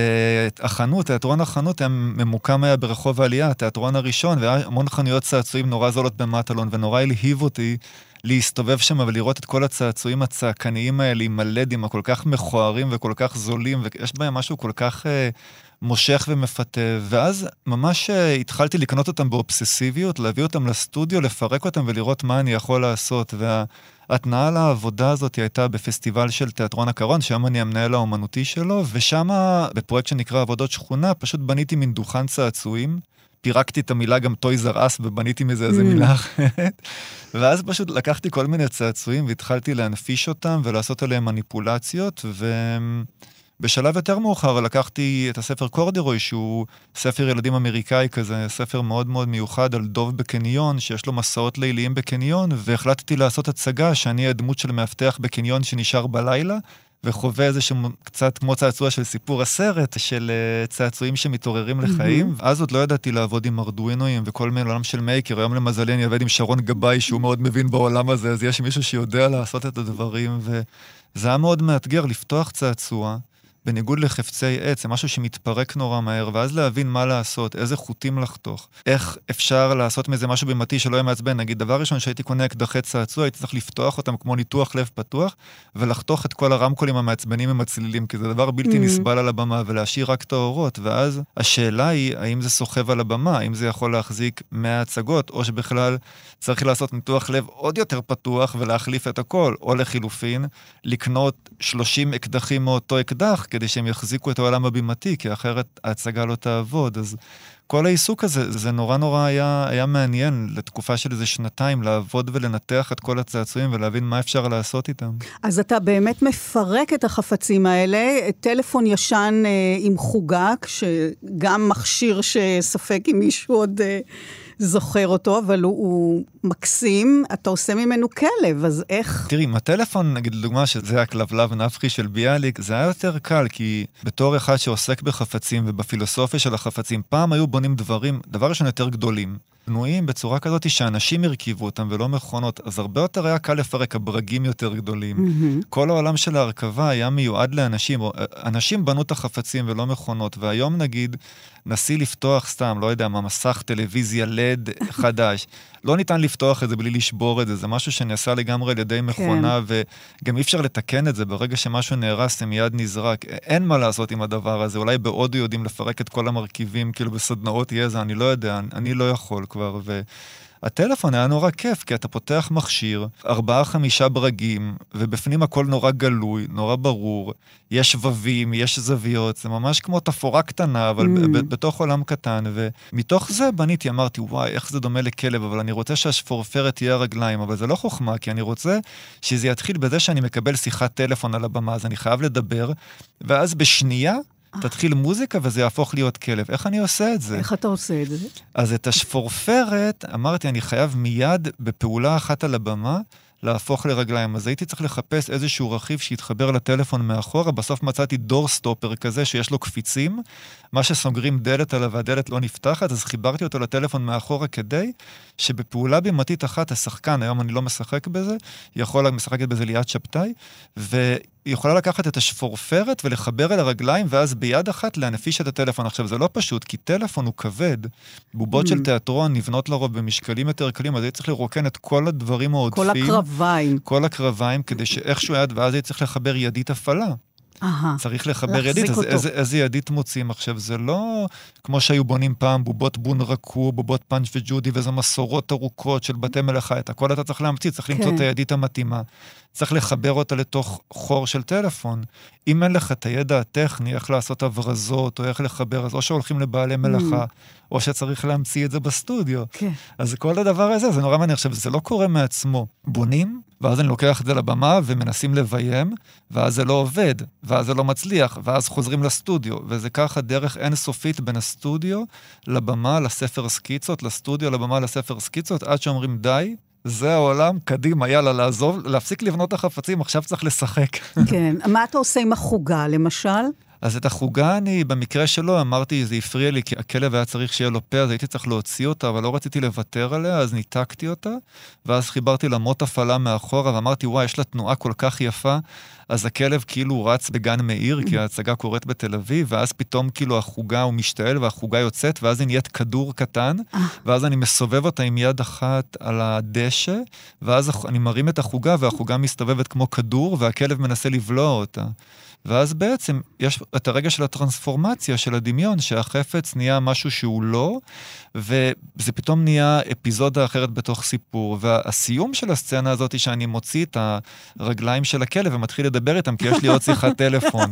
והחנות, תיאטרון החנות, הם ממוקם היה ברחוב העלייה, התיאטרון הראשון, והיה המון חנויות צעצועים נורא זולות במטלון, ונורא הלהיב אותי להסתובב שם ולראות את כל הצעצועים הצעקניים האלה, עם הלדים הכל כך מכוערים וכל כך זולים, ויש בהם משהו כל כך אה, מושך ומפתה, ואז ממש אה, התחלתי לקנות אותם באובססיביות, להביא אותם לסטודיו, לפרק אותם ולראות מה אני יכול לעשות, וה... התנאה לעבודה הזאת הייתה בפסטיבל של תיאטרון הקרון, שם אני המנהל האומנותי שלו, ושם בפרויקט שנקרא עבודות שכונה, פשוט בניתי מין דוכן צעצועים, פירקתי את המילה גם טויז אר אס, ובניתי מזה איזה מילה אחרת, ואז פשוט לקחתי כל מיני צעצועים, והתחלתי להנפיש אותם, ולעשות עליהם מניפולציות, ו... בשלב יותר מאוחר לקחתי את הספר קורדרוי, שהוא ספר ילדים אמריקאי כזה, ספר מאוד מאוד מיוחד על דוב בקניון, שיש לו מסעות ליליים בקניון, והחלטתי לעשות הצגה שאני הדמות של מאבטח בקניון שנשאר בלילה, וחווה איזה קצת כמו צעצוע של סיפור הסרט, של צעצועים שמתעוררים לחיים. Mm-hmm. אז עוד לא ידעתי לעבוד עם ארדואינואים וכל מיני עולם של מייקר. היום למזלי אני עובד עם שרון גבאי, שהוא מאוד מבין בעולם הזה, אז יש מישהו שיודע לעשות את הדברים, וזה היה מאוד מאתגר לפתוח צעצוע, בניגוד לחפצי עץ, זה משהו שמתפרק נורא מהר, ואז להבין מה לעשות, איזה חוטים לחתוך, איך אפשר לעשות מזה משהו בימתי שלא יהיה מעצבן. נגיד, דבר ראשון שהייתי קונה אקדחי צעצוע, הייתי צריך לפתוח אותם כמו ניתוח לב פתוח, ולחתוך את כל הרמקולים המעצבנים עם הצלילים, כי זה דבר בלתי mm. נסבל על הבמה, ולהשאיר רק את האורות, ואז השאלה היא, האם זה סוחב על הבמה, האם זה יכול להחזיק מאה הצגות, או שבכלל צריך לעשות ניתוח לב עוד יותר פתוח, ולהחליף את הכל, או לחילופין, לקנות שלושים אקדחים מאותו אקדח, כדי שהם יחזיקו את העולם הבימתי, כי אחרת ההצגה לא תעבוד. אז כל העיסוק הזה, זה נורא נורא היה, היה מעניין לתקופה של איזה שנתיים, לעבוד ולנתח את כל הצעצועים ולהבין מה אפשר לעשות איתם. אז אתה באמת מפרק את החפצים האלה, טלפון ישן אה, עם חוגה, שגם מכשיר שספק אם מישהו עוד אה, זוכר אותו, אבל הוא, הוא מקסים, אתה עושה ממנו כלב, אז איך? תראי, עם הטלפון, נגיד לדוגמה, שזה הכלבלב נפחי של ביאליק, זה היה יותר קל, כי בתור אחד שעוסק בחפצים ובפילוסופיה של החפצים, פעם היו בונים דברים, דבר ראשון יותר גדולים, בנויים בצורה כזאת שאנשים הרכיבו אותם ולא מכונות, אז הרבה יותר היה קל לפרק, הברגים יותר גדולים. Mm-hmm. כל העולם של ההרכבה היה מיועד לאנשים, אנשים בנו את החפצים ולא מכונות, והיום נגיד, נסי לפתוח סתם, לא יודע מה, מסך טלוויזיה לד חדש. לא ניתן לפתוח את זה בלי לשבור את זה, זה משהו שנעשה לגמרי על ידי מכונה, כן. וגם אי אפשר לתקן את זה, ברגע שמשהו נהרס, זה מיד נזרק. אין מה לעשות עם הדבר הזה, אולי בעוד יודעים לפרק את כל המרכיבים, כאילו בסדנאות יזע, אני לא יודע, אני לא יכול כבר, ו... הטלפון היה נורא כיף, כי אתה פותח מכשיר, ארבעה, חמישה ברגים, ובפנים הכל נורא גלוי, נורא ברור, יש שבבים, יש זוויות, זה ממש כמו תפורה קטנה, אבל mm. ב- בתוך עולם קטן, ומתוך זה בניתי, אמרתי, וואי, איך זה דומה לכלב, אבל אני רוצה שהשפורפרת תהיה הרגליים, אבל זה לא חוכמה, כי אני רוצה שזה יתחיל בזה שאני מקבל שיחת טלפון על הבמה, אז אני חייב לדבר, ואז בשנייה, תתחיל מוזיקה וזה יהפוך להיות כלב. איך אני עושה את זה? איך אתה עושה את זה? אז את השפורפרת, אמרתי, אני חייב מיד בפעולה אחת על הבמה, להפוך לרגליים. אז הייתי צריך לחפש איזשהו רכיב שיתחבר לטלפון מאחורה, בסוף מצאתי דור סטופר כזה שיש לו קפיצים, מה שסוגרים דלת עליו והדלת לא נפתחת, אז חיברתי אותו לטלפון מאחורה כדי שבפעולה בימתית אחת השחקן, היום אני לא משחק בזה, יכול לשחק בזה ליד שבתאי, והיא יכולה לקחת את השפורפרת ולחבר אל הרגליים, ואז ביד אחת להנפיש את הטלפון. עכשיו זה לא פשוט, כי טלפון הוא כבד, בובות mm. של תיאטרון נבנות לרוב במשקלים יותר קלים, אז היא צריך לרוקן את כל הדברים העודפים. כל הקרביים. כל הקרביים, כדי שאיכשהו יד, ואז היא צריך לחבר ידית הפעלה. צריך לחבר ידית, אז איזה, איזה ידית מוצאים עכשיו, זה לא כמו שהיו בונים פעם, בובות בון רקו, בובות פאנץ' וג'ודי, וזה מסורות ארוכות של בתי מלאכה, את הכל אתה צריך להמציא, צריך למצוא את הידית המתאימה, צריך לחבר אותה לתוך חור של טלפון. אם אין לך את הידע הטכני, איך לעשות הברזות, או איך לחבר, אז או שהולכים לבעלי מלאכה, או שצריך להמציא את זה בסטודיו. אז כל הדבר הזה, זה נורא מעניין. עכשיו, זה לא קורה מעצמו. בונים, ואז אני לוקח את זה לבמה, ומנסים לביים, ואז זה לא עובד, ואז זה לא מצליח, ואז חוזרים לסטודיו, וזה ככה דרך אינסופית בין הסטודיו, לבמה, לספר סקיצות, לסטודיו, לבמה, לספר סקיצות, עד שאומרים די, זה העולם, קדימה, יאללה, לעזוב, להפסיק לבנות החפצים, עכשיו צריך לשחק. כן, מה אתה עושה עם החוגה, למשל? אז את החוגה אני, במקרה שלו, אמרתי, זה הפריע לי, כי הכלב היה צריך שיהיה לו פה, אז הייתי צריך להוציא אותה, אבל לא רציתי לוותר עליה, אז ניתקתי אותה, ואז חיברתי למוט הפעלה מאחורה, ואמרתי, וואי, יש לה תנועה כל כך יפה, אז הכלב כאילו רץ בגן מאיר, כי ההצגה קורית בתל אביב, ואז פתאום כאילו החוגה הוא משתעל, והחוגה יוצאת, ואז היא נהיית כדור קטן, ואז אני מסובב אותה עם יד אחת על הדשא, ואז אני מרים את החוגה, והחוגה מסתובבת כמו כדור, והכלב מנסה לבלוע אותה. ואז בעצם יש את הרגע של הטרנספורמציה, של הדמיון, שהחפץ נהיה משהו שהוא לא, וזה פתאום נהיה אפיזודה אחרת בתוך סיפור. והסיום של הסצנה הזאת היא שאני מוציא את הרגליים של הכלב ומתחיל לדבר איתם, כי יש לי עוד שיחת טלפון.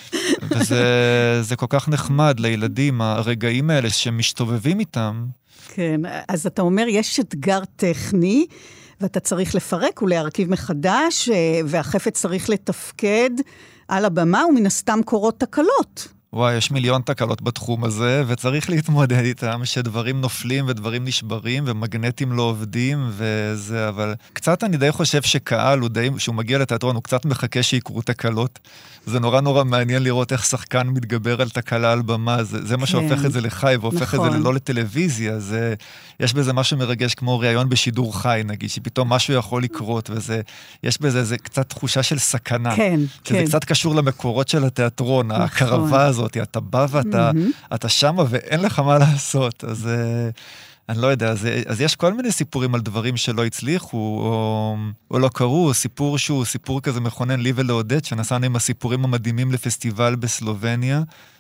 וזה זה כל כך נחמד לילדים, הרגעים האלה שמשתובבים איתם. כן, אז אתה אומר, יש אתגר טכני, ואתה צריך לפרק ולהרכיב מחדש, והחפץ צריך לתפקד על הבמה, ומן הסתם קורות תקלות. וואי, יש מיליון תקלות בתחום הזה, וצריך להתמודד איתם, שדברים נופלים ודברים נשברים, ומגנטים לא עובדים, וזה, אבל קצת אני די חושב שקהל, הוא די, שהוא מגיע לתיאטרון, הוא קצת מחכה שיקרו תקלות. זה נורא נורא מעניין לראות איך שחקן מתגבר על תקלה על במה, זה, זה מה שהופך את זה לחי, והופך נכון. את זה לא לטלוויזיה, זה, יש בזה משהו מרגש כמו ראיון בשידור חי, נגיד, שפתאום משהו יכול לקרות, וזה, יש בזה זה קצת תחושה של סכנה. כן, שזה כן. קצת קשור למקורות של התיאטרון, נכון. הקרבה הזאת, אתה בא ואתה mm-hmm. אתה שמה ואין לך מה לעשות, אז אני לא יודע, אז, אז יש כל מיני סיפורים על דברים שלא הצליחו, או, או לא קרו, סיפור שהוא סיפור כזה מכונן לי ולעודד, שנסענו עם הסיפורים המדהימים לפסטיבל בסלובניה,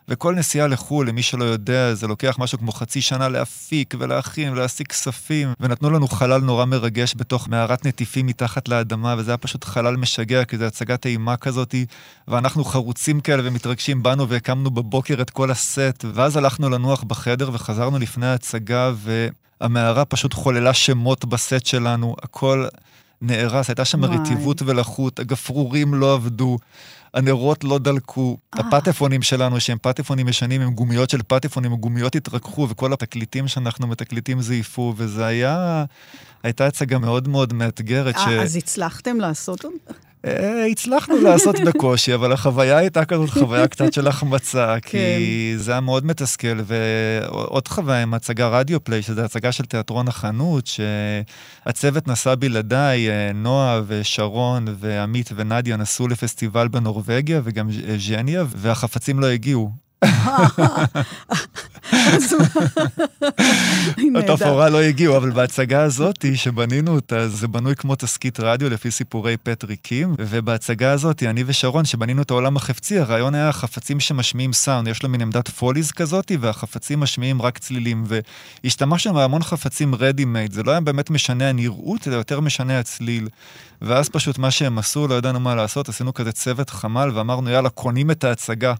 וכל נסיעה לחול, למי שלא יודע, זה לוקח משהו כמו חצי שנה להפיק ולהכין ולהשיג כספים, ונתנו לנו חלל נורא מרגש בתוך מערת נטיפים מתחת לאדמה, וזה היה פשוט חלל משגע, כי זה הצגת אימה כזאת, ואנחנו חרוצים כאלה ומתרגשים בנו, והקמנו בבוקר את כל הסט, ואז הלכנו לנוח בחדר, וחזרנו לפני ההצגה, והמערה פשוט חוללה שמות בסט שלנו, הכל נערס, הייתה שם רטיבות ולחות, הגפרורים לא עבדו, הנרות לא דלקו, הפטפונים שלנו, שהם פטפונים ישנים, הם גומיות של פטפונים, גומיות התרככו, וכל התקליטים שאנחנו מתקליטים זייפו, וזה היה, הייתה הצגה מאוד מאוד מאתגרת. אז הצלחתם לעשות אותה? הצלחנו לעשות בקושי, אבל החוויה הייתה כזאת חוויה קצת של החמצה, כי זה היה מאוד מתסכל, ועוד חוויה עם הצגה רדיו פליי, שזה הצגה של תיאטרון החנות, שהצוות נסע בלעדיי, נועה ושרון ועמית ונדיה נסעו לפסטיבל בנורווגיה, וגם ז'ניה, והחפצים לא הגיעו. התפאורה לא הגיעו, אבל בהצגה הזאת שבנינו אותה, זה בנוי כמו תסקית רדיו לפי סיפורי פטריקים, ובהצגה הזאת, אני ושרון שבנינו את העולם החפצי, הרעיון היה חפצים שמשמיעים סאונד, יש לו מין עמדת פוליז כזאת, והחפצים משמיעים רק צלילים, והשתמשנו בהמון חפצים ready-made, זה לא היה באמת משנה הנראות, זה יותר משנה הצליל, ואז פשוט מה שהם עשו, לא ידענו מה לעשות, עשינו כזה צוות חמל, ואמרנו, יאללה, קונים את ההצגה.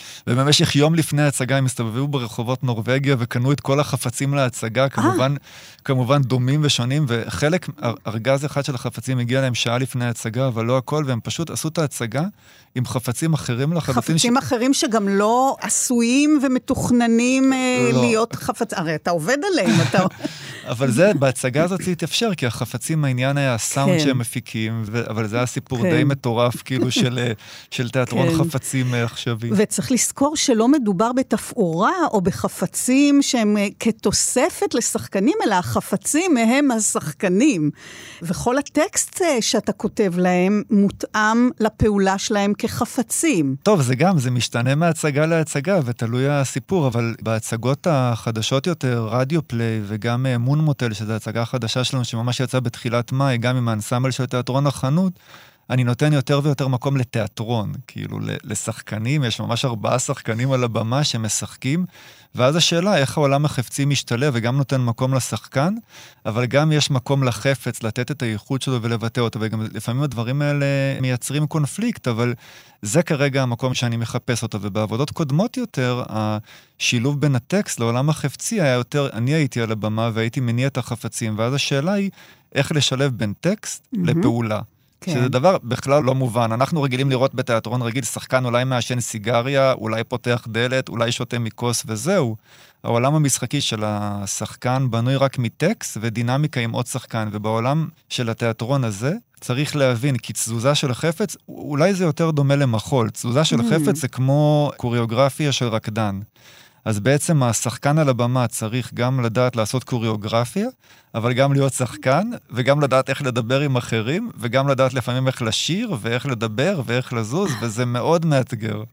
ובמשך יום לפני ההצגה הם הסתובבו ברחובות נורווגיה וקנו את כל החפצים להצגה, כמובן, כמובן דומים ושונים, וחלק, ארגז אחד של החפצים הגיע להם שעה לפני ההצגה, אבל לא הכל, והם פשוט עשו את ההצגה עם חפצים אחרים לחפצים. חפצים ש... אחרים שגם לא עשויים ומתוכננים לא. להיות חפצים, הרי אתה עובד עליהם, אתה... אבל זה, בהצגה הזאת זה התאפשר, כי החפצים, העניין היה הסאונד כן. שהם מפיקים, ו... אבל זה היה סיפור כן. די מטורף, כאילו של, של תיאטרון כן. חפצים עכשווי. וצריך לזכור שלא מדובר בתפאורה או בחפצים שהם כתוספת לשחקנים, אלא החפצים הם השחקנים. וכל הטקסט שאתה כותב להם מותאם לפעולה שלהם כחפצים. טוב, זה גם, זה משתנה מהצגה להצגה, ותלוי הסיפור, אבל בהצגות החדשות יותר, רדיו פליי וגם מון מוטל, שזו הצגה החדשה שלנו, שממש יצאה בתחילת מאי, גם עם האנסמבל של תיאטרון החנות, אני נותן יותר ויותר מקום לתיאטרון, כאילו לשחקנים, יש ממש ארבעה שחקנים על הבמה שמשחקים, ואז השאלה איך העולם החפצי משתלב, וגם נותן מקום לשחקן, אבל גם יש מקום לחפץ, לתת את הייחוד שלו ולבטא אותו, וגם לפעמים הדברים האלה מייצרים קונפליקט, אבל זה כרגע המקום שאני מחפש אותו, ובעבודות קודמות יותר, השילוב בין הטקסט לעולם החפצי היה יותר, אני הייתי על הבמה והייתי מניע את החפצים, ואז השאלה היא איך לשלב בין טקסט mm-hmm. לפעולה. כן. שזה דבר בכלל לא מובן. אנחנו רגילים לראות בתיאטרון רגיל, שחקן אולי מעשן סיגריה, אולי פותח דלת, אולי שותה מכוס וזהו. העולם המשחקי של השחקן בנוי רק מטקסט ודינמיקה עם עוד שחקן, ובעולם של התיאטרון הזה צריך להבין, כי תזוזה של החפץ, אולי זה יותר דומה למחול. תזוזה של החפץ זה כמו קוריאוגרפיה של רקדן. אז בעצם השחקן על הבמה צריך גם לדעת לעשות קוריאוגרפיה, אבל גם להיות שחקן, וגם לדעת איך לדבר עם אחרים, וגם לדעת לפעמים איך לשיר, ואיך לדבר, ואיך לזוז, וזה מאוד מאתגר.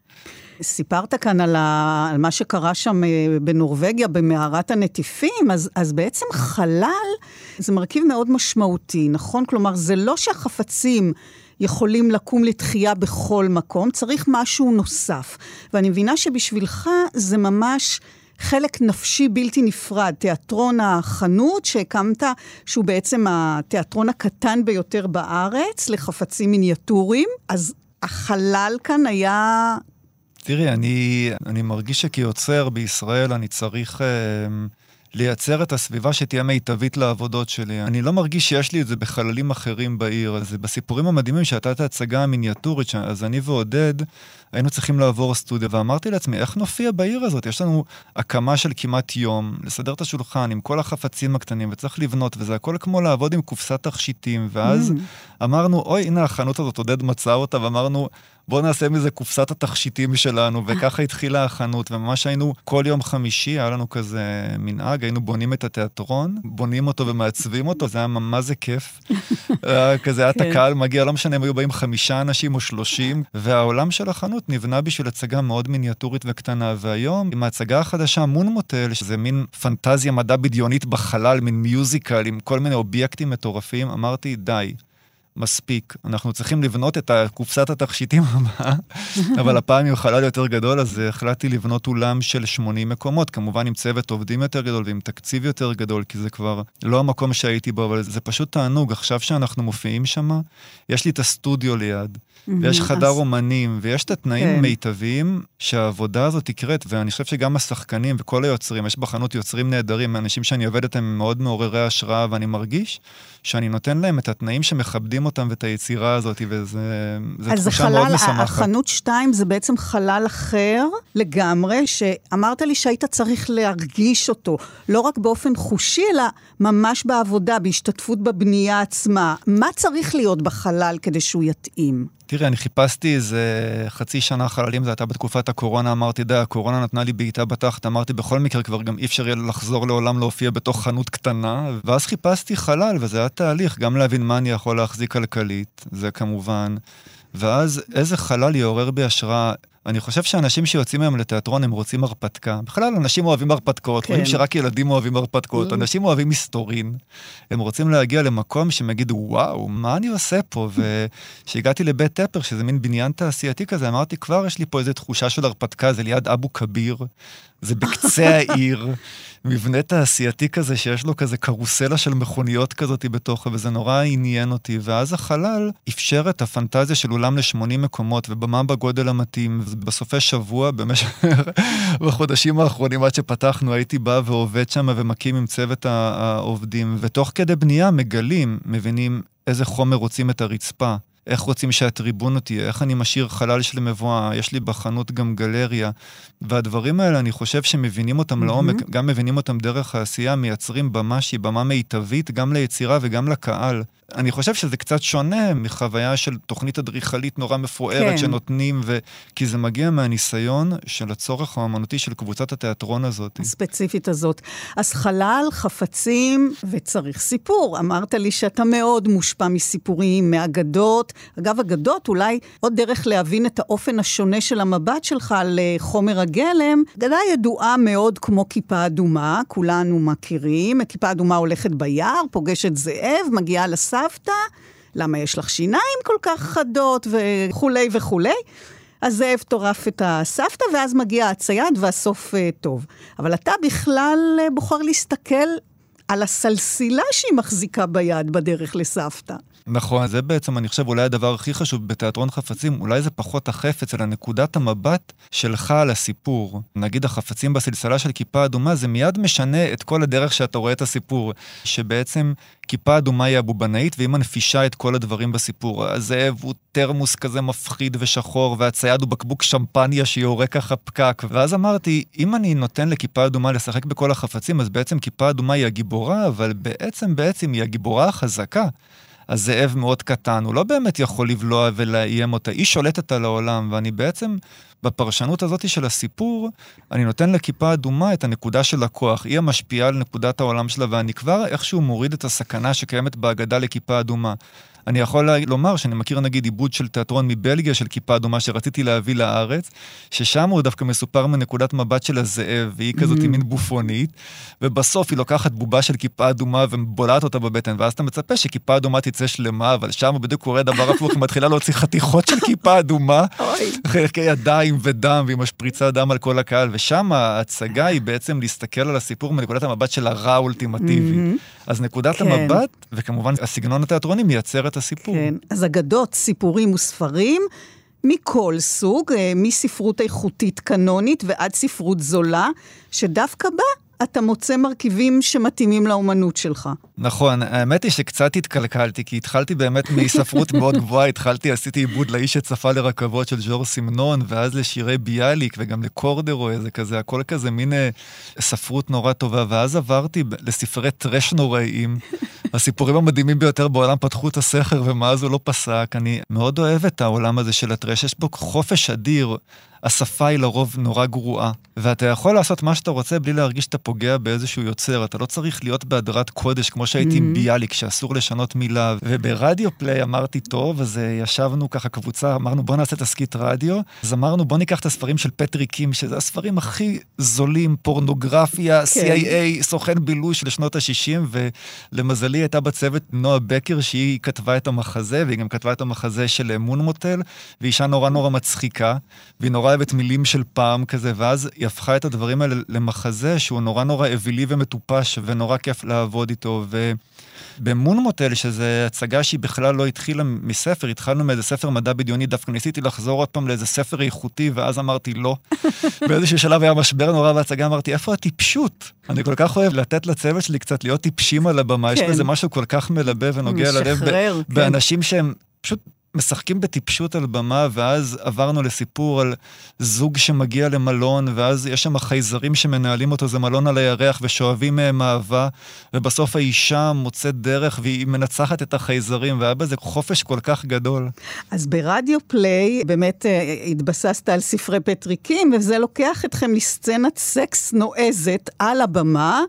סיפרת כאן על, ה... על מה שקרה שם בנורווגיה, במערת הנטיפים, אז, אז בעצם חלל זה מרכיב מאוד משמעותי, נכון? כלומר, זה לא שהחפצים יכולים לקום לתחייה בכל מקום, צריך משהו נוסף. ואני מבינה שבשבילך זה ממש חלק נפשי בלתי נפרד, תיאטרון החנות שהקמת, שהוא בעצם התיאטרון הקטן ביותר בארץ, לחפצים מיניאטוריים, אז החלל כאן היה... תראי, אני, אני מרגיש שכיוצר בישראל אני צריך... לייצר את הסביבה שתהיה מיטבית לעבודות שלי. אני לא מרגיש שיש לי את זה בחללים אחרים בעיר. אז בסיפורים המדהימים שהייתה את ההצגה המיניאטורית, אז אני ועודד היינו צריכים לעבור סטודיה, ואמרתי לעצמי, איך נופיע בעיר הזאת? יש לנו הקמה של כמעט יום, לסדר את השולחן עם כל החפצים הקטנים, וצריך לבנות, וזה הכל כמו לעבוד עם קופסת תכשיטים, ואז mm-hmm. אמרנו, אוי, הנה החנות הזאת, עודד מצא אותה, ואמרנו, בוא נעשה מזה קופסת התכשיטים שלנו, וככה התחילה החנות, וממש היינו כל יום חמישי, היה לנו כזה מנהג, היינו בונים את התיאטרון, בונים אותו ומעצבים אותו, זה היה ממש זה כיף. כזה היה את הקהל מגיע, לא משנה, הם היו באים חמישה אנשים או שלושים, והעולם של החנות נבנה בשביל הצגה מאוד מיניאטורית וקטנה, והיום, עם ההצגה החדשה, מון מוטל, שזה מין פנטזיה מדע בדיונית בחלל, מין מיוזיקל, עם כל מיני אובייקטים מטורפים, אמרתי, די. מספיק. אנחנו צריכים לבנות את קופסת התכשיטים הבאה, אבל הפעם עם חלל יותר גדול, אז החלטתי לבנות אולם של שמונים מקומות, כמובן עם צוות עובדים יותר גדול ועם תקציב יותר גדול, כי זה כבר לא המקום שהייתי בו, אבל זה פשוט תענוג. עכשיו שאנחנו מופיעים שם, יש לי את הסטודיו ליד, ויש חדר אומנים, ויש את התנאים המיטביים שהעבודה הזאת תקראת, ואני חושב שגם השחקנים וכל היוצרים, יש בחנות יוצרים נהדרים, האנשים שאני עובדת הם מאוד מעוררי השראה, ואני מרגיש שאני נותן להם את התנאים שמכבדים אותם ואת היצירה הזאת, וזה תחושה מאוד משמחת. אז החנות שתיים זה בעצם חלל אחר לגמרי, שאמרת לי שהיית צריך להרגיש אותו, לא רק באופן חושי, אלא ממש בעבודה, בהשתתפות בבנייה עצמה. מה צריך להיות בחלל כדי שהוא יתאים? תראי, אני חיפשתי איזה חצי שנה חללים, זה הייתה בתקופת הקורונה, אמרתי, די, הקורונה נתנה לי בעיטה בתחת, אמרתי, בכל מקרה כבר גם אי אפשר יהיה לחזור לעולם להופיע בתוך חנות קטנה, ואז חיפשתי חלל, וזה היה תהליך, גם להבין מה אני יכול להחזיק כלכלית, זה כמובן, ואז איזה חלל יעורר בי השראה. אני חושב שאנשים שיוצאים היום לתיאטרון הם רוצים הרפתקה. בכלל, אנשים אוהבים הרפתקאות. כן. רואים שרק ילדים אוהבים הרפתקאות. אנשים אוהבים מסתורין. הם רוצים להגיע למקום שהם יגידו, וואו, מה אני עושה פה? ושהגעתי לבית טפר, שזה מין בניין תעשייתי כזה, אמרתי, כבר יש לי פה איזו תחושה של הרפתקה, זה ליד אבו כביר, זה בקצה העיר, מבנה תעשייתי כזה, שיש לו כזה קרוסלה של מכוניות כזאת בתוך, וזה נורא עניין אותי. ואז החלל אפשר את הפנטזיה של אולם ל-שמונים מקומות, ובמה בגודל המתאים. בסופי שבוע, במשך בחודשים האחרונים, עד שפתחנו, הייתי בא ועובד שם, ומקים עם צוות העובדים, ותוך כדי בנייה מגלים, מבינים איזה חומר רוצים את הרצפה, איך רוצים שהטריבונות תהיה, איך אני משאיר חלל של מבואה, יש לי בחנות גם גלריה, והדברים האלה אני חושב שמבינים אותם mm-hmm. לעומק, גם מבינים אותם דרך העשייה, מייצרים במה שהיא במה מיטבית, גם ליצירה וגם לקהל. אני חושב שזה קצת שונה מחוויה של תוכנית אדריכלית נורא מפוארת כן. שנותנים, ו... כי זה מגיע מהניסיון של הצורך האמנותי של קבוצת התיאטרון הזאת. הספציפית הזאת. אז חלל, חפצים, וצריך סיפור. אמרת לי שאתה מאוד מושפע מסיפורים, מאגדות. אגב, אגדות אולי עוד דרך להבין את האופן השונה של המבט שלך על חומר הגלם. אגדה ידועה מאוד כמו כיפה אדומה, כולנו מכירים. כיפה אדומה הולכת ביער, פוגשת זאב, מגיעה לסף, סבתא, למה יש לך שיניים כל כך חדות וכולי וכולי. אז זאב טורף את הסבתא, ואז מגיע הצייד והסוף טוב. אבל אתה בכלל בוחר להסתכל על הסלסילה שהיא מחזיקה ביד בדרך לסבתא. נכון, זה בעצם, אני חושב, אולי הדבר הכי חשוב בתיאטרון חפצים, אולי זה פחות החפץ, אלא נקודת המבט שלך על הסיפור. נגיד החפצים בסלסלה של כיפה אדומה, זה מיד משנה את כל הדרך שאתה רואה את הסיפור, שבעצם כיפה אדומה היא הבובנאית, והיא מנפישה את כל הדברים בסיפור. הזאב הוא תרמוס כזה מפחיד ושחור, והצייד הוא בקבוק שמפניה שיורה ככה פקק. ואז אמרתי, אם אני נותן לכיפה אדומה לשחק בכל החפצים, אז בעצם כיפה אדומה היא הגיבורה, אבל בעצם בעצם היא הגיבורה החזקה. הזאב מאוד קטן, הוא לא באמת יכול לבלוע ולאיים אותה, היא שולטת על העולם, ואני בעצם, בפרשנות הזאת של הסיפור, אני נותן לכיפה אדומה את הנקודה של הכוח, היא המשפיעה על נקודת העולם שלה, ואני כבר איכשהו מוריד את הסכנה שקיימת בהגדה לכיפה אדומה. אני יכול לומר שאני מכיר נגיד עיבוד של תיאטרון מבלגיה של כיפה אדומה שרציתי להביא לארץ, ששם הוא דווקא מסופר מנקודת מבט של הזאב, והיא כזאת מין בופונית, ובסוף היא לוקחת בובה של כיפה אדומה ובולעת אותה בבטן, ואז אתה מצפה שכיפה אדומה תצא שלמה, אבל שם הוא בדיוק קורא דבר הפוך, היא מתחילה להוציא חתיכות של כיפה אדומה, חלקי ידיים ודם, והיא משפריצה דם על כל הקהל, ושם ההצגה היא בעצם להסתכל על הסיפור מנקודת המבט של הרע האולטימטיבי. אז נקודת המבט, וכמובן הסגנון התיאטרוני מייצר את הסיפור. כן, אז אגדות, סיפורים וספרים, מכל סוג, מספרות איכותית קנונית ועד ספרות זולה, שדווקא בה אתה מוצא מרכיבים שמתאימים לאומנות שלך. נכון, האמת היא שקצת התקלקלתי, כי התחלתי באמת מספרות מאוד גבוהה, התחלתי, עשיתי עיבוד לאיש שצפה לרכבות של ז'ור סימנון, ואז לשירי ביאליק, וגם לקורדרו, איזה כזה, הכל כזה מין ספרות נורא טובה, ואז עברתי לספרי טרש נוראיים, הסיפורים המדהימים ביותר בעולם פתחו את הסכר, ומאז הוא לא פסק. אני מאוד אוהב את העולם הזה של הטרש, יש בו חופש אדיר, השפה היא לרוב נורא גרועה, ואתה יכול לעשות מה שאתה רוצה בלי להרגיש שאתה פוגע באיזשהו יוצר, אתה לא צריך להיות בהדרת קודש, כמו שהייתי עם ביאליק, שאסור לשנות מילה, וברדיו פליי אמרתי טוב, אז ישבנו ככה קבוצה, אמרנו בוא נעשה תסקית רדיו, אז אמרנו בוא ניקח את הספרים של פטרי קים, שזה הספרים הכי זולים, פורנוגרפיה, סי איי איי, סוכן בילוי של שנות ה-שישים, ולמזלי הייתה בצוות נועה בקר, שהיא כתבה את המחזה, והיא גם כתבה את המחזה של מון מוטל, והיא אישה נורא נורא מצחיקה, והיא נורא אוהבת מילים של פעם כזה, ואז היא הפכה את הדברים האלה למחזה, שהוא נורא נורא אווילי ומטופש, ונורא כיף לעבוד איתו, ובמון מוטל, שזו הצגה שהיא בכלל לא התחילה מספר, התחלנו מאיזה ספר מדע בדיוני, דווקא ניסיתי לחזור עוד פעם לאיזה ספר איכותי, ואז אמרתי לא. באיזשהו שלב היה משבר נורא בהצגה, אמרתי, איפה הטיפשות? אני כל כך אוהב לתת לצוות שלי קצת להיות טיפשים על הבמה, יש בזה משהו כל כך מלבב ונוגע ללב, באנשים שהם פשוט משחקים בטיפשות על במה, ואז עברנו לסיפור על זוג שמגיע למלון, ואז יש שם חייזרים שמנהלים אותו, זה מלון על הירח, ושואבים מהם אהבה, ובסוף האישה מוצאת דרך, והיא מנצחת את החייזרים, והיה בזה חופש כל כך גדול. אז ברדיו פליי, באמת התבססת על ספרי פטרי קים, וזה לוקח אתכם לסצנת סקס נועזת על הבמה,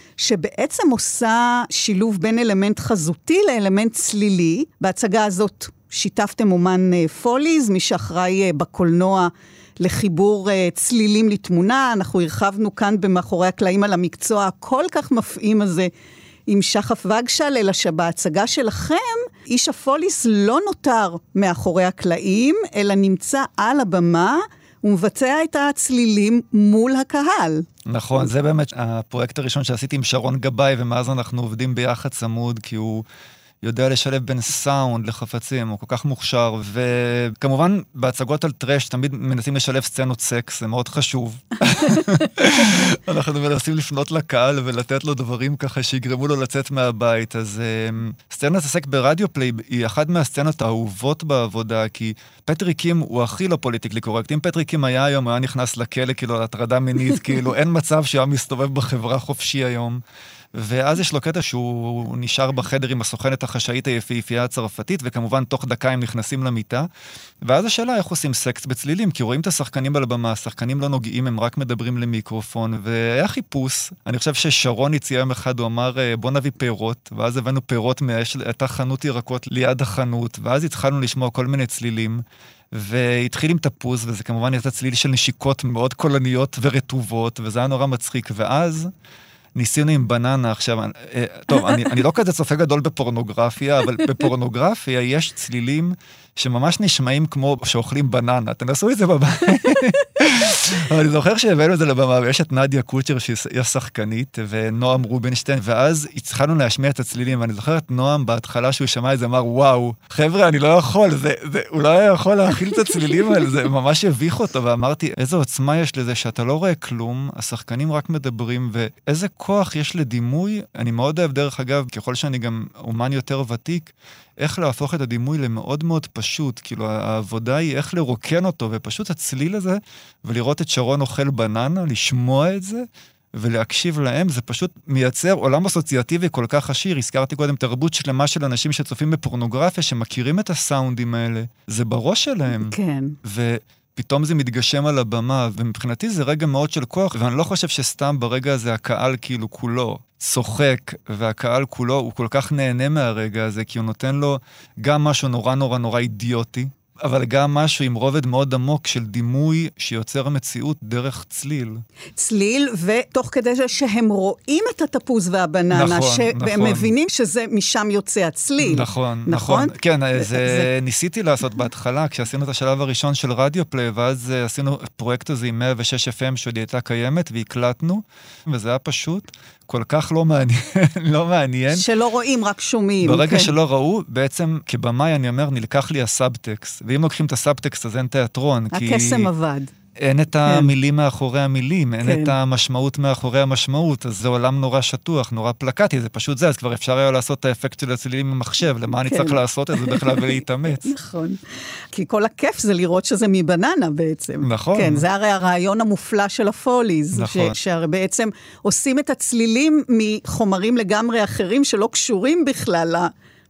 שבעצם עושה שילוב בין אלמנט חזותי לאלמנט צלילי. בהצגה הזאת שיתפתם אומן פוליז, מי שאחראי בקולנוע לחיבור צלילים לתמונה. אנחנו הרחבנו כאן במאחורי הקלעים על המקצוע הכל כך מפעים הזה עם שחף וגשל, אלא שבהצגה שלכם איש הפוליס לא נותר מאחורי הקלעים, אלא נמצא על הבמה ומבצע את הצלילים מול הקהל. נכון, זה באמת הפרויקט הראשון שעשיתי עם שרון גבאי, ומאז אנחנו עובדים ביחד צמוד, כי הוא יודע לשלב בין סאונד לחפצים, הוא כל כך מוכשר, וכמובן בהצגות על טרש תמיד מנסים לשלב סצנות סקס, זה מאוד חשוב. אנחנו מנסים לפנות לקהל ולתת לו דברים ככה שיגרמו לו לצאת מהבית, אז סצנת הסק ברדיו פליי היא אחת מהסצנות האהובות בעבודה, כי פטרי קים הוא הכי לא פוליטיקלי קורקט. אם פטרי קים היה היום, הוא היה נכנס לכלא, כאילו, להטרדה מינית, כאילו, אין מצב שהוא היה מסתובב בחברה חופשי היום. ואז יש לו קטע שהוא נשאר בחדר עם הסוכנת החשאית היפהפייה הצרפתית, וכמובן תוך דקה הם נכנסים למיטה, ואז השאלה איך עושים סקס בצלילים, כי רואים את השחקנים על הבמה, השחקנים לא נוגעים, הם רק מדברים למיקרופון, והיה חיפוש, אני חושב ששרון הציע יום אחד, הוא אמר בוא נביא פירות, ואז הבאנו פירות, הייתה חנות ירקות ליד החנות, ואז התחלנו לשמוע כל מיני צלילים, והתחיל עם תפוז, וזה כמובן יצא צליל של נשיקות מאוד קולניות ורטובות, וזה היה נורא מצחיק, ואז ניסינו עם בננה עכשיו, טוב, אני, אני לא כזה צופה גדול בפורנוגרפיה, אבל בפורנוגרפיה יש צלילים שממש נשמעים כמו שאוכלים בננה, תנסו את זה בבית. אבל אני זוכר שהבאנו את זה לבמה, ויש את נדיה קוצ'ר שהיא שחקנית, ונועם רובינשטיין, ואז התחלנו להשמיע את הצלילים, ואני זוכר את נועם בהתחלה שהוא שמע את זה, אמר, וואו, חבר'ה, אני לא יכול, זה, זה, אולי היה יכול להכיל את הצלילים האלה, זה ממש יביך אותו, ואמרתי, איזו עוצמה יש לזה, שאתה לא רואה כלום, השחקנים רק מדברים, ואיזה כוח יש לדימוי, אני מאוד אוהב דרך אגב, ככל שאני גם אומן יותר ותיק, איך להפוך את הדימוי למאוד מאוד פשוט, כאילו העבודה היא איך לרוקן אותו, ופשוט הצליל הזה, ולראות את שרון אוכל בננה, לשמוע את זה, ולהקשיב להם, זה פשוט מייצר עולם אסוציאטיבי כל כך עשיר. הזכרתי קודם תרבות שלמה של אנשים שצופים בפורנוגרפיה, שמכירים את הסאונדים האלה, זה בראש שלהם. כן. ו... פתאום זה מתגשם על הבמה, ומבחינתי זה רגע מאוד של כוח, ואני לא חושב שסתם ברגע הזה הקהל כאילו כולו צוחק, והקהל כולו הוא כל כך נהנה מהרגע הזה, כי הוא נותן לו גם משהו נורא נורא נורא אידיוטי, אבל גם משהו עם רובד מאוד עמוק של דימוי שיוצר המציאות דרך צליל. צליל, ותוך כדי זה שהם רואים את התפוז והבננה, נכון, שהם נכון. מבינים שזה משם יוצא הצליל. נכון, נכון. נכון. כן, זה, זה, זה... ניסיתי לעשות בהתחלה, כשעשינו את השלב הראשון של רדיו פליי, ואז עשינו פרויקט הזה עם מאה ושש אף אם שעוד הייתה קיימת, והקלטנו, וזה היה פשוט כל כך לא מעניין, לא מעניין. שלא רואים, רק שומעים. ברגע כן. שלא ראו, בעצם כבמאי אני אומר, נלקח לי הסאבטקסט, ואם לוקחים את הסאבטקסט, אז אין תיאטרון. הקסם כי... עבד. אין את המילים מאחורי המילים, אין כן. את המשמעות מאחורי המשמעות, אז זה עולם נורא שטוח, נורא פלקטי, זה פשוט זה, אז כבר אפשר היה לעשות את האפקט של הצלילים במחשב, למה אני צריך לעשות את זה בכלל ולהתאמץ. נכון, כי כל הכיף זה לראות שזה מבננה בעצם. נכון. כן, זה הרי הרעיון המופלא של הפוליז, נכון. שהרי בעצם עושים את הצלילים מחומרים לגמרי אחרים, שלא קשורים בכלל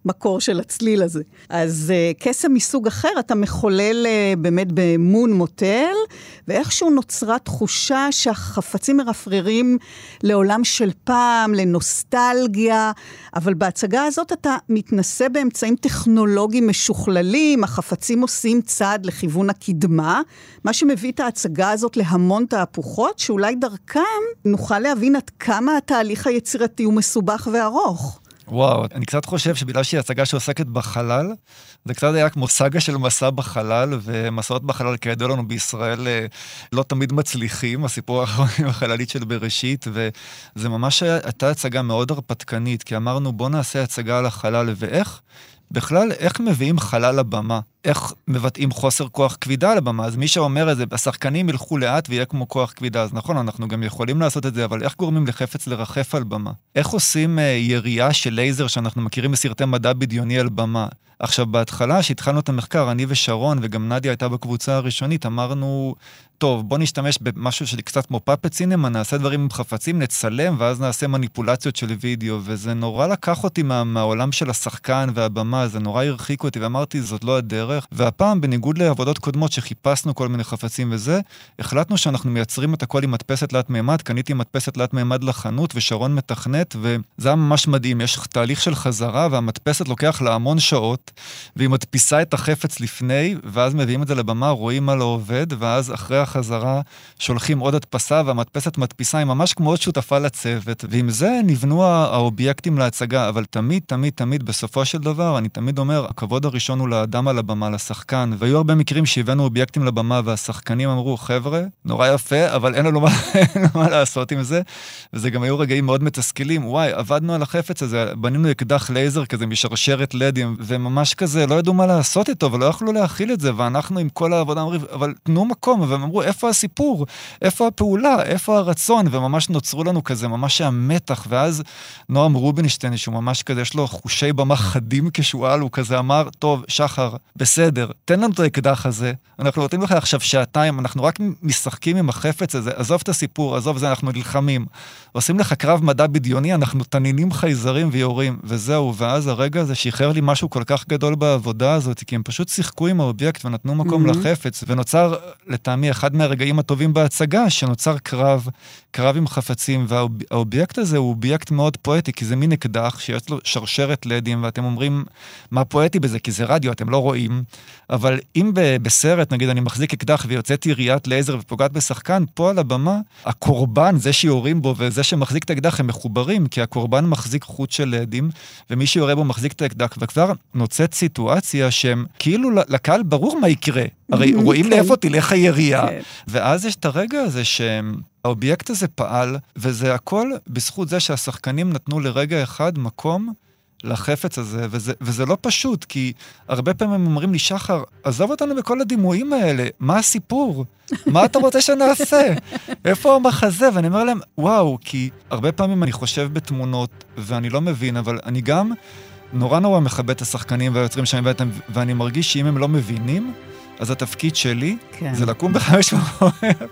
המקור של הצליל הזה. אז uh, קסם מסוג אחר, אתה מחולל uh, באמת באמון מוטל, ואיכשהו נוצרה תחושה שהחפצים מרפררים לעולם של פעם, לנוסטלגיה, אבל בהצגה הזאת אתה מתנסה באמצעים טכנולוגיים משוכללים, החפצים עושים צעד לכיוון הקדמה, מה שמביא את ההצגה הזאת להמון תהפוכות, שאולי דרכם נוכל להבין עד כמה התהליך היצירתי הוא מסובך וארוך. וואו, אני קצת חושב שבגלל שהיא הצגה שעוסקת בחלל, זה קצת היה כמו סגה של מסע בחלל, ומסעות בחלל כידוע לנו בישראל לא תמיד מצליחים, הסיפור האחרון עם החללית של בראשית, וזה ממש הייתה הצגה מאוד הרפתקנית, כי אמרנו בוא נעשה הצגה על החלל, ואיך? בכלל, איך מביאים חלל לבמה? איך מבטאים חוסר כוח כבידה לבמה? אז מי שאומר את זה, השחקנים ילכו לאט ויהיה כמו כוח כבידה. אז נכון, אנחנו גם יכולים לעשות את זה, אבל איך גורמים לחפץ לרחף על במה? איך עושים ירייה של לייזר שאנחנו מכירים בסרטי מדע בדיוני על במה? עכשיו, בהתחלה, שהתחלנו את המחקר, אני ושרון, וגם נדיה הייתה בקבוצה הראשונית, אמרנו, טוב, בוא נשתמש במשהו של קצת כמו פאפט סינמה, נעשה דברים עם חפצים, נצלם, ואז נעשה מניפולציות של וידאו, וזה נורא לקח אותי מה, מהעולם של השחקן והבמה, זה נורא הרחיק אותי, ואמרתי, זאת לא הדרך, והפעם, בניגוד לעבודות קודמות שחיפשנו כל מיני חפצים וזה, החלטנו שאנחנו מייצרים את הכל עם מדפסת תלת מימד, קניתי מדפסת תלת מימד לחנות, ושרון מתכנת, וזה היה ממש מדהים, יש תהליך של חזרה, והמדפסת לוקח לה המון שעות, והיא מדפיסה את החפץ לפני, ואז מביאים את זה לבמה, רואים מה לא עובד, ואז אחרי החזרה שולחים עוד הדפסה, והמדפסת מדפיסה, היא ממש כמו עוד שותפה לצוות, ועם זה נבנו האובייקטים להצגה, אבל תמיד, תמיד, תמיד, בסופו של דבר, אני תמיד אומר, הכבוד הראשון הוא לאדם על הבמה, לשחקן, והיו הרבה מקרים שהבאנו אובייקטים לבמה, והשחקנים אמרו, חבר'ה, נורא יפה, אבל אין לנו מה, אין לנו מה לעשות עם זה, וזה גם היו רגעים מאוד מתסכלים, וואי, עבדנו על החפץ הזה, בנינו אקדח לייזר כזה, משרשרת לדים, וממש כזה, לא ידעו מה לעשות איתו, ולא יכלו להכיל את זה, ואנחנו עם כל העבודה אמרים, אבל תנו מקום, והם אמרו, איפה הסיפור? איפה הפעולה? איפה הרצון? וממש נוצרו לנו כזה, ממש המתח, ואז נועם רובינשטיין, שהוא ממש כזה, יש לו חושי במה חדים כשועל, הוא כזה אמר, טוב, שחר, בסדר, תן לנו את האקדח הזה, אנחנו נותנים לך עכשיו שעתיים, אנחנו רק משחקים עם החפץ הזה, עזוב את הסיפור, עזוב זה, אנחנו נלחמים, עושים לך קרב מדע בדיוני, אנחנו תנינים חייזרים ויורים, וזהו, ואז הרגע הזה שחרר לי משהו כל כך גדול בעבודה הזאת, כי הם פשוט שיחקו עם האובייקט ונתנו מקום mm-hmm. לחפץ, ונוצר לטעמי אחד מהרגעים הטובים בהצגה, שנוצר קרב, קרב עם חפצים, והאובייקט הזה הוא אובייקט מאוד פואטי, כי זה מין אקדח שיש לו שרשרת לדים, ואתם אומרים, מה פואטי בזה? כי זה רדיו, אתם לא רואים, אבל אם בסרט, נגיד, אני מחזיק אקדח ויוצאתי יריית לייזר ופוגעת בשחקן, פה על הבמה, הקורבן, זה שיורים בו, וזה שמחזיק את האקדח, הם מחוברים, כי הקורבן מחזיק חוט של לדים, ומי שיורה בו מחזיק את האקדח, וכבר נוצאת סיטואציה שהם, כאילו לקהל ברור מה יקרה, הרי רואים לאיפה תלך הירייה, ואז יש את הרגע הזה שהאובייקט הזה פעל, וזה הכל בזכות זה שהשחקנים נתנו לרגע אחד מקום לחפץ הזה, וזה, וזה לא פשוט, כי הרבה פעמים הם אומרים לי, שחר, עזוב אותנו בכל הדימויים האלה, מה הסיפור? מה אתה רוצה שנעשה? איפה המחזה? ואני אומר להם, וואו, כי הרבה פעמים אני חושב בתמונות, ואני לא מבין, אבל אני גם נורא נורא מכבד את השחקנים והיוצרים שם, ואני מרגיש שאם הם לא מבינים, אז התפקיד שלי כן. זה לקום בחמש בבוקר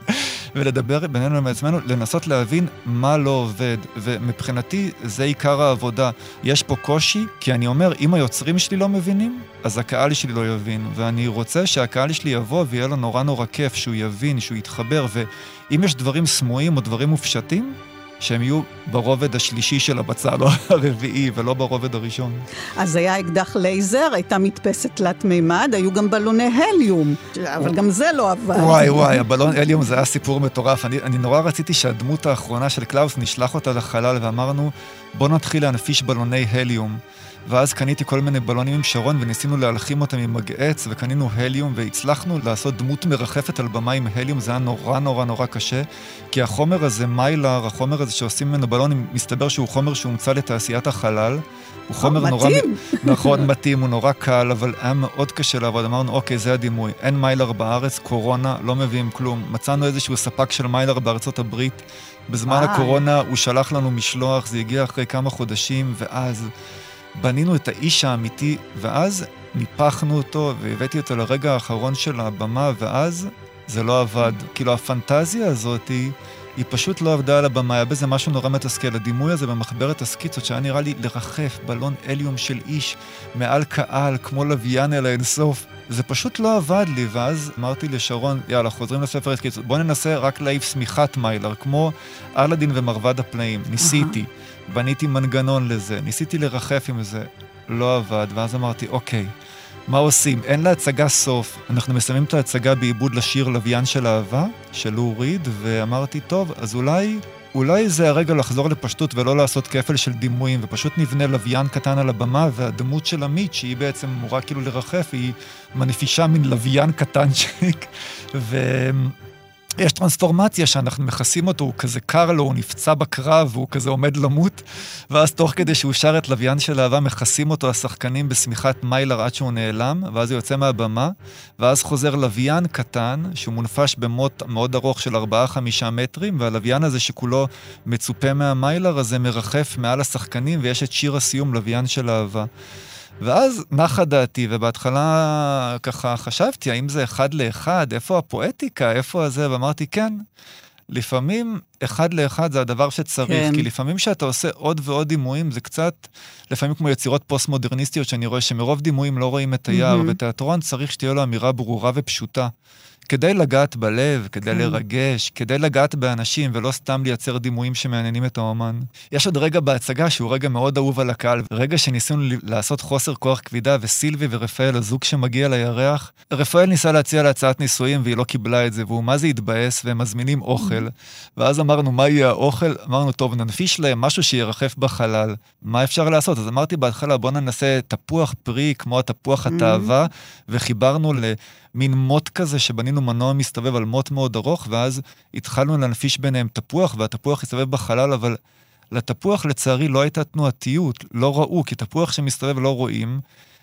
ולדבר בינינו מעצמנו, לנסות להבין מה לא עובד, ומבחינתי זה עיקר העבודה. יש פה קושי, כי אני אומר, אם היוצרים שלי לא מבינים, אז הקהל שלי לא יבין, ואני רוצה שהקהל שלי יבוא ויהיה לו נורא נורא כיף, שהוא יבין, שהוא יתחבר, ואם יש דברים סמויים או דברים מופשטים, שהם יהיו ברובד השלישי של הבצע, לא הרביעי, ולא ברובד הראשון. אז היה אקדח לייזר, הייתה מדפסת תלת מימד, היו גם בלוני הליום, אבל גם זה לא עבד. וואי וואי, הבלון הליום זה היה סיפור מטורף. אני, אני נורא רציתי שהדמות האחרונה של קלאוס נשלח אותה לחלל, ואמרנו, בוא נתחיל להנפיש בלוני הליום. ואז קניתי כל מיני בלונים עם שרון, וניסינו להלחים אותם עם מגעץ, וקנינו הליום, והצלחנו לעשות דמות מרחפת על במה עם הליום. זה היה נורא נורא נורא קשה, כי החומר הזה, מיילר, החומר הזה שעושים ממנו בלונים, מסתבר שהוא חומר שהומצא לתעשיית החלל. הוא חומר נורא... נכון, מתאים, הוא נורא קל, אבל היה מאוד קשה לעבוד. אמרנו, אוקיי, זה הדימוי. אין מיילר בארץ, קורונה, לא מביאים כלום. מצאנו איזשהו ספק של מיילר בארצות הברית. בזמן הקורונה הוא שלח לנו משלוח, זה הגיע אחרי כמה חודשים, ואז בנינו את האיש האמיתי, ואז ניפחנו אותו, והבאתי אותו לרגע האחרון של הבמה, ואז זה לא עבד. כאילו, הפנטזיה הזאת היא היא פשוט לא עבדה על הבמה, היה בזה משהו נורא מתסכל. הדימוי הזה במחברת הסקיצות, שהיה נראה לי לרחף בלון אליום של איש מעל קהל, כמו לוויין אל האינסוף. זה פשוט לא עבד לי, ואז אמרתי לשרון, יאללה, חוזרים לספר הסקיצות, בוא ננסה רק להעיף סמיכת מיילר, כמו אלאדין ומרבד הפלאים. ניסיתי, בניתי מנגנון לזה, ניסיתי לרחף עם זה, לא עבד, ואז אמרתי, אוקיי, מה עושים? אין להצגה סוף. אנחנו מסיימים את ההצגה בעיבוד לשיר לוויין של אהבה, של לו ריד, ואמרתי, טוב, אז אולי, אולי זה הרגע לחזור לפשטות ולא לעשות כפל של דימויים, ופשוט נבנה לוויין קטן על הבמה, והדמות של עמית, שהיא בעצם אמורה כאילו לרחף, היא מנפישה מן לוויין קטנצ'יק, ו... יש טרנספורמציה שאנחנו מכסים אותו, הוא כזה קר לו, הוא נפצע בקרב, והוא כזה עומד למות, ואז תוך כדי שהוא שר את לוויין של אהבה, מכסים אותו השחקנים בסמיכת מיילר עד שהוא נעלם, ואז הוא יוצא מהבמה, ואז חוזר לוויין קטן, שהוא מונפש במוט מאוד ארוך של ארבעה חמישה מטרים, והלוויין הזה שכולו מצופה מהמיילר, הזה מרחף מעל השחקנים, ויש את שיר הסיום, לוויין של אהבה. ואז נחה דעתי, ובהתחלה ככה חשבתי, האם זה אחד לאחד, איפה הפואטיקה, איפה הזה, ואמרתי, כן, לפעמים אחד לאחד זה הדבר שצריך, כן. כי לפעמים שאתה עושה עוד ועוד דימויים, זה קצת, לפעמים כמו יצירות פוסט-מודרניסטיות, שאני רואה שמרוב דימויים לא רואים את היער, mm-hmm. ותיאטרון צריך שתהיה לו אמירה ברורה ופשוטה. כדי לגעת בלב, כדי כן. לרגש, כדי לגעת באנשים, ולא סתם לייצר דימויים שמעניינים את האומן. יש עוד רגע בהצגה שהוא רגע מאוד אהוב על הקהל, רגע שניסינו לעשות חוסר כוח כבידה, וסילבי ורפאל, הזוג שמגיע לירח, רפאל ניסה להציע להצעת נישואים, והיא לא קיבלה את זה, והוא מה זה התבאס, והם מזמינים אוכל, ואז אמרנו, מה יהיה האוכל? אמרנו, טוב, ננפיש להם משהו שירחף בחלל. מה אפשר לעשות? אז אמרתי בהתחלה, בוא ננסה תפוח פרי, כמו התפוח התאווה, וחיברנו למין מוט כזה, שבנינו מנוע מסתובב על מוט מאוד ארוך, ואז התחלנו להנפיש ביניהם תפוח, והתפוח הסתובב בחלל, אבל לתפוח לצערי לא הייתה תנועתיות, לא ראו, כי תפוח שמסתובב לא רואים,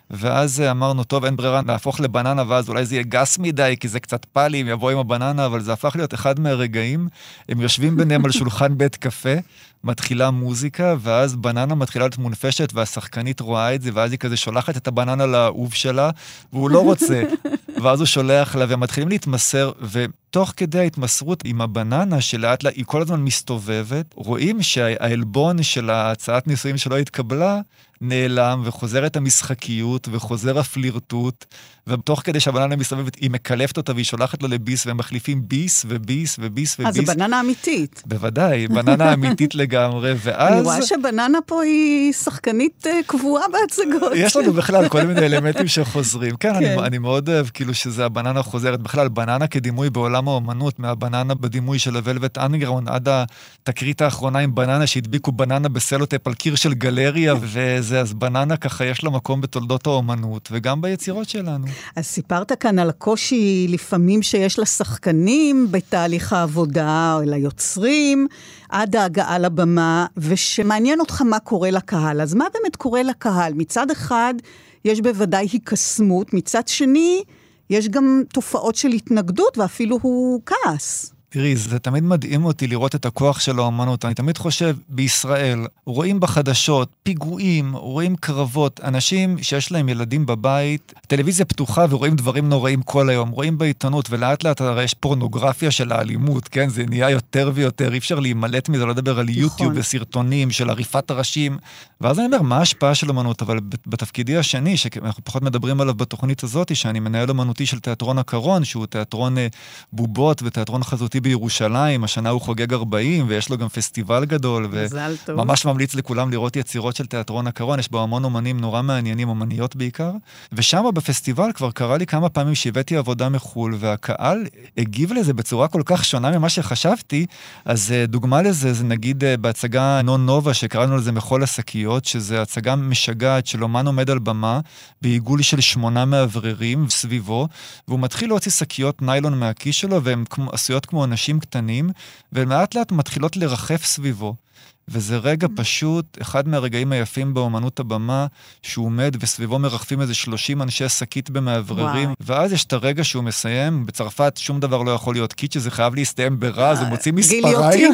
ואז אמרנו, טוב, אין ברירה, להפוך לבננה, ואז אולי זה יהיה גס מדי, כי זה קצת פלי, אם יבוא עם הבננה, אבל זה הפך להיות אחד מהרגעים, הם יושבים ביניהם על שולחן בית קפה, מתחילה מוזיקה, ואז בננה מתחילה להיות מונפשת, והשחקנית רואה את זה, ואז היא כזה שולחת את הבננה לאהוב שלה, והוא לא רוצה, ואז הוא שולח לה, והם מתחילים להתמסר, ותוך כדי ההתמסרות עם הבננה, שלאט לה, היא כל הזמן מסתובבת, רואים שהאלבון של ההצעת נישואים שלא התקבלה, נעלם, וחוזרת המשחקיות, וחוזר הפלירטוט, ותוך כדי שהבננה מסתובבת, היא מקלפת אותה, והיא שולחת לו לביס, והם מחליפים ביס, וביס, וביס, וביס. אז זה בננה אמיתית. בוודאי, בננה אמיתית לגמרי, ואז... אני רואה שבננה פה היא שחקנית קבועה בהצגות. יש לנו בכלל כל מיני אלמנטים שחוזרים. כן, אני, אני מאוד אוהב, כאילו שזה הבננה חוזרת. בכלל, בננה כדימוי בעולם האומנות, מהבננה בדימוי של הוולווט אנדרגראונד, עד התקרית האחרונה עם בננה, שהדביקו בננה בסלוטייפ על קיר של גלריה, וזה, אז בננה ככה יש לה מקום בתולדות האומנות, וגם ביצירות שלנו. אז סיפרת כאן על הקושי לפעמים שיש לשחקנים בתהליך העבודה, או ליוצרים, עד ההגעה לבמה, ושמעניין אותך מה קורה לקהל. אז מה באמת קורה לקהל? מצד אחד, יש בוודאי הקסמות, מצד שני, יש גם תופעות של התנגדות, ואפילו הוא כעס. תראי, זה תמיד מדהים אותי לראות את הכוח של האומנות. אני תמיד חושב, בישראל, רואים בחדשות, פיגועים, רואים קרבות, אנשים שיש להם ילדים בבית, טלוויזיה פתוחה ורואים דברים נוראים כל היום, רואים בעיתונות, ולאט לאט הרי יש פורנוגרפיה של האלימות, כן? זה נהיה יותר ויותר, אי אפשר להימלט מזה, לא לדבר על יוטיוב וסרטונים של עריפת הראשים, ואז אני אומר, מה ההשפעה של אומנות? אבל בתפקידי השני, שאנחנו פחות מדברים עליו בתוכנית הזאת, שאני מנהל אומנותי של תיאטרון הקרון, שהוא תיאטרון בובות ותיאטרון חזותי בירושלים, השנה הוא חוגג ארבעים, ויש לו גם פסטיבל גדול, וממש ממליץ לכולם לראות יצירות של תיאטרון הקרון, יש בו המון אומנים נורא מעניינים, אומניות בעיקר, ושם בפסטיבל כבר קרה לי כמה פעמים שהבאתי עבודה מחול, והקהל הגיב לזה בצורה כל כך שונה ממה שחשבתי, אז דוגמה לזה, זה נגיד בהצגה נון נובה, שקראנו לזה מחול השקיות, שזה הצגה משגעת של אומן עומד על במה, בעיגול של שמונה מאווררים סביבו, והוא מתחיל להוציא שקיות ניילון מהכיס שלו, והן עשויות כמו אנשים קטנים, ומעט לאט מתחילות לרחף סביבו. וזה רגע פשוט, אחד מהרגעים היפים באומנות הבמה, שהוא עומד וסביבו מרחפים איזה שלושים אנשי שקית במאווררים, ואז יש את הרגע שהוא מסיים, בצרפת שום דבר לא יכול להיות קיץ', זה חייב להסתיים ברע, אז הוא מוציא מספריים,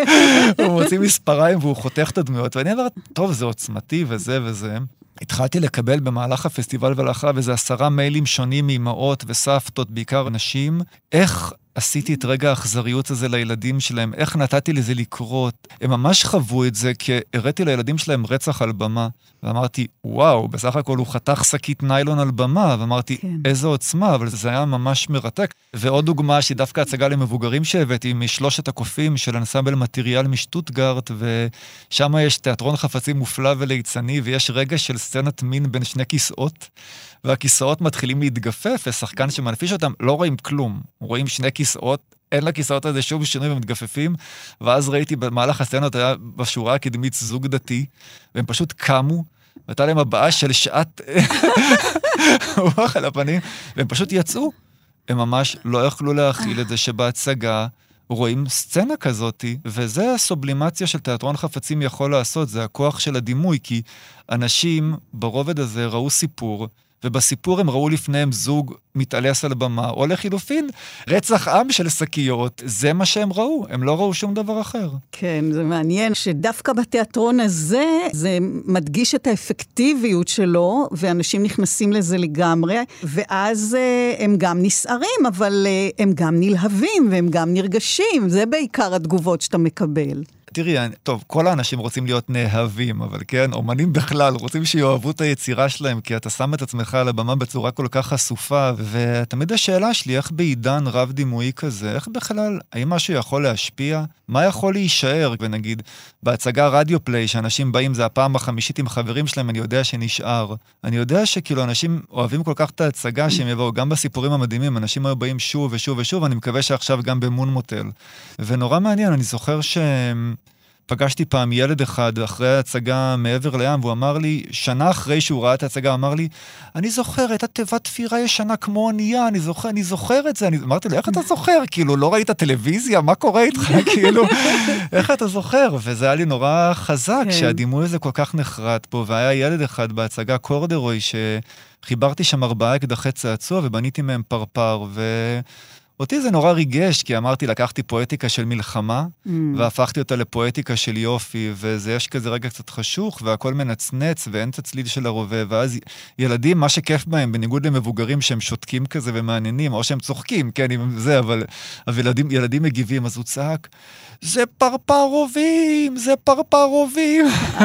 הוא מוציא מספריים והוא חותך את הדמויות, ואני אומר, טוב, זה עוצמתי וזה וזה. התחלתי לקבל במהלך הפסטיבל ולאחריו איזה עשרה מיילים שונים מאמהות וסבתות, בעיקר נשים, איך עשיתי את רגע האכזריות הזה לילדים שלהם, איך נתתי לזה לקרות. הם ממש חוו את זה, כי הראיתי לילדים שלהם רצח על במה, ואמרתי, וואו, בסך הכל הוא חתך שקית ניילון על במה, ואמרתי, כן. איזו עוצמה, אבל זה היה ממש מרתק. ועוד דוגמה שהיא דווקא הצגה למבוגרים שהבאתי, משלושת הקופים של אנסמבל מטריאל משטוטגרט, ושם יש תיאטרון חפצים מופלא וליצני, ויש רגע של סצנת מין בין שני כיסאות, והכיסאות מתחילים להתגפף, ושחקן שמנפיש אותם, לא רואים כלום. רואים שני כיסאות, אין לכיסאות הזה שום שינוי ומתגפפים, ואז ראיתי במהלך הסצנות, היה בשורה הקדמית זוג דתי, והם פשוט קמו, והייתה להם הבאה של שעת רוח על הפנים, והם פשוט יצאו. הם ממש לא יכלו להכיל את זה שבהצגה רואים סצנה כזאת, וזה הסובלימציה של תיאטרון חפצים יכול לעשות, זה הכוח של הדימוי, כי אנשים ברובד הזה ראו סיפור, ובסיפור הם ראו לפניהם זוג מתעלס על במה, או לחילופין, רצח עם של שקיות, זה מה שהם ראו, הם לא ראו שום דבר אחר. כן, זה מעניין שדווקא בתיאטרון הזה, זה מדגיש את האפקטיביות שלו, ואנשים נכנסים לזה לגמרי, ואז הם גם נסערים, אבל הם גם נלהבים, והם גם נרגשים, זה בעיקר התגובות שאתה מקבל. תראי, טוב, כל האנשים רוצים להיות נאהבים, אבל כן, אומנים בכלל רוצים שיאהבו את היצירה שלהם, כי אתה שם את עצמך על הבמה בצורה כל כך חשופה, ותמיד השאלה שלי, איך בעידן רב דימוי כזה, איך בכלל, האם משהו יכול להשפיע? מה יכול להישאר? ונגיד, בהצגה רדיו פליי, שאנשים באים, זה הפעם החמישית עם חברים שלהם, אני יודע שנשאר. אני יודע שכאילו אנשים אוהבים כל כך את ההצגה, שהם יבואו גם בסיפורים המדהימים, אנשים היו באים שוב ושוב ושוב, אני מקווה שעכשיו גם במון מוטל. ונורא מעניין, אני זוכר ש... פגשתי פעם ילד אחד אחרי ההצגה מעבר לים, והוא אמר לי, שנה אחרי שהוא ראה את ההצגה, אמר לי, אני זוכר, הייתה תיבת תפירה ישנה כמו ענייה, אני זוכר, אני זוכר את זה. אני אמרתי לו, איך אתה זוכר? כאילו, לא ראית טלוויזיה? מה קורה איתך? כאילו, איך אתה זוכר? וזה היה לי נורא חזק, שהדימוי הזה כל כך נחרט פה, והיה ילד אחד בהצגה קורדרוי, שחיברתי שם ארבעה אקדחי צעצוע, ובניתי מהם פרפר, ו... אותי זה נורא ריגש, כי אמרתי, לקחתי פואטיקה של מלחמה, mm. והפכתי אותה לפואטיקה של יופי, וזה יש כזה רגע קצת חשוך, והכל מנצנץ, ואין את הצליל של הרובה, ואז ילדים, מה שכיף בהם, בניגוד למבוגרים שהם שותקים כזה ומעניינים, או שהם צוחקים, כן, עם זה, אבל, אבל ילדים, ילדים מגיבים, אז הוא צעק, זה פרפרובים, זה פרפרובים.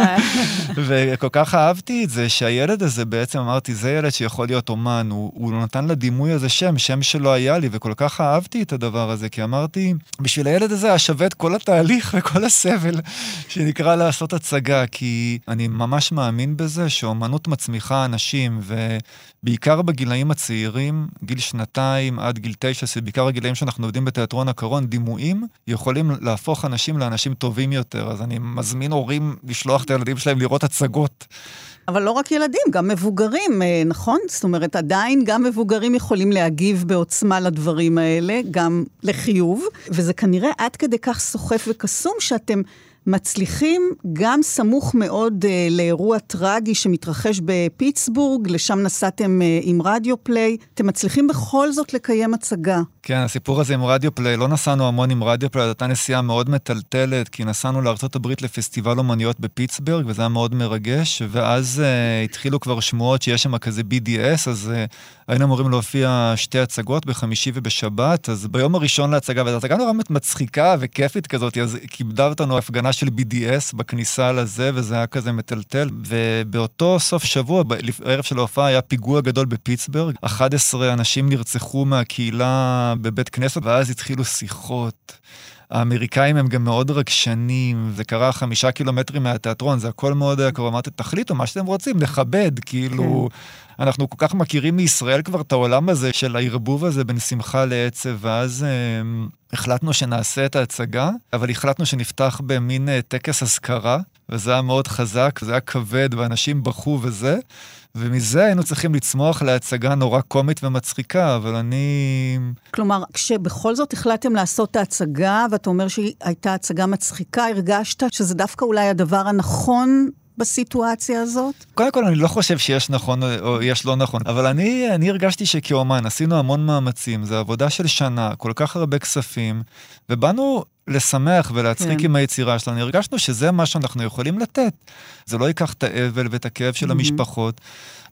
וכל כך אהבתי את זה, שהילד הזה בעצם אמרתי, זה ילד שיכול להיות אומן, הוא, הוא נתן לדימוי הזה שם, שם שלא היה לי, וכל כך אהבתי את הדבר הזה, כי אמרתי, בשביל הילד הזה השווה את כל התהליך וכל הסבל שנקרא לעשות הצגה, כי אני ממש מאמין בזה שאומנות מצמיחה אנשים, ובעיקר בגילאים הצעירים, גיל שנתיים עד גיל תשע, שבעיקר הגילאים שאנחנו עובדים בתיאטרון הקרון, דימויים יכולים להפוך אנשים לאנשים טובים יותר, אז אני מזמין הורים לשלוח את הילדים שלהם לראות הצגות. אבל לא רק ילדים, גם מבוגרים, נכון? זאת אומרת, עדיין גם מבוגרים יכולים להגיב בעוצמה לדברים האלה, גם לחיוב, וזה כנראה עד כדי כך סוחף וקסום, שאתם מצליחים גם סמוך מאוד uh, לאירוע טרגי שמתרחש בפיטסבורג, לשם נסעתם uh, עם רדיו פליי, אתם מצליחים בכל זאת לקיים הצגה. כן, הסיפור הזה עם רדיו פליי, לא נסענו המון עם רדיו פליי, הייתה נסיעה מאוד מטלטלת, כי נסענו לארצות הברית לפסטיבל אומניות בפיטסבורג, וזה היה מאוד מרגש, ואז uh, התחילו כבר שמועות שיש שם כזה בי די אס, אז uh, היינו אמורים להופיע שתי הצגות בחמישי ובשבת, אז ביום הראשון להצגה, וזו הצגה נורא מצחיקה וכיפית כזאת, אז כיבדה אותנו הפגנה של בי די אס בכניסה לזה, וזה היה כזה מטלטל, ובאותו סוף שבוע, בערב של ההופעה, היה פיגוע גדול בפיטסבורג, אחד עשר אנשים נרצחו מהקהילה בבית כנסת, ואז התחילו שיחות. האמריקאים הם גם מאוד רגשנים, זה קרה חמישה קילומטרים מהתיאטרון, זה הכל מאוד היה קרוב, אמרתי, תחליטו מה שאתם רוצים, לכבד, כאילו, אנחנו כל כך מכירים מישראל כבר את העולם הזה, של הערבוב הזה בין שמחה לעצב, ואז אה, החלטנו שנעשה את ההצגה, אבל החלטנו שנפתח במין אה, טקס הזכרה, וזה היה מאוד חזק, זה היה כבד, ואנשים בכו וזה, ומזה היינו צריכים לצמוח להצגה נורא קומית ומצחיקה, אבל אני... כלומר, כשבכל זאת החלטתם לעשות את ההצגה, ואתה אומר שהיא הייתה הצגה מצחיקה, הרגשת שזה דווקא אולי הדבר הנכון בסיטואציה הזאת? קודם כל, אני לא חושב שיש נכון או יש לא נכון, אבל אני, אני הרגשתי שכאומן, עשינו המון מאמצים, זה עבודה של שנה, כל כך הרבה כספים, ובאנו לשמח ולהצחיק עם היצירה שלנו, הרגשנו שזה מה שאנחנו יכולים לתת. זה לא ייקח את האבל ואת הכאב של המשפחות.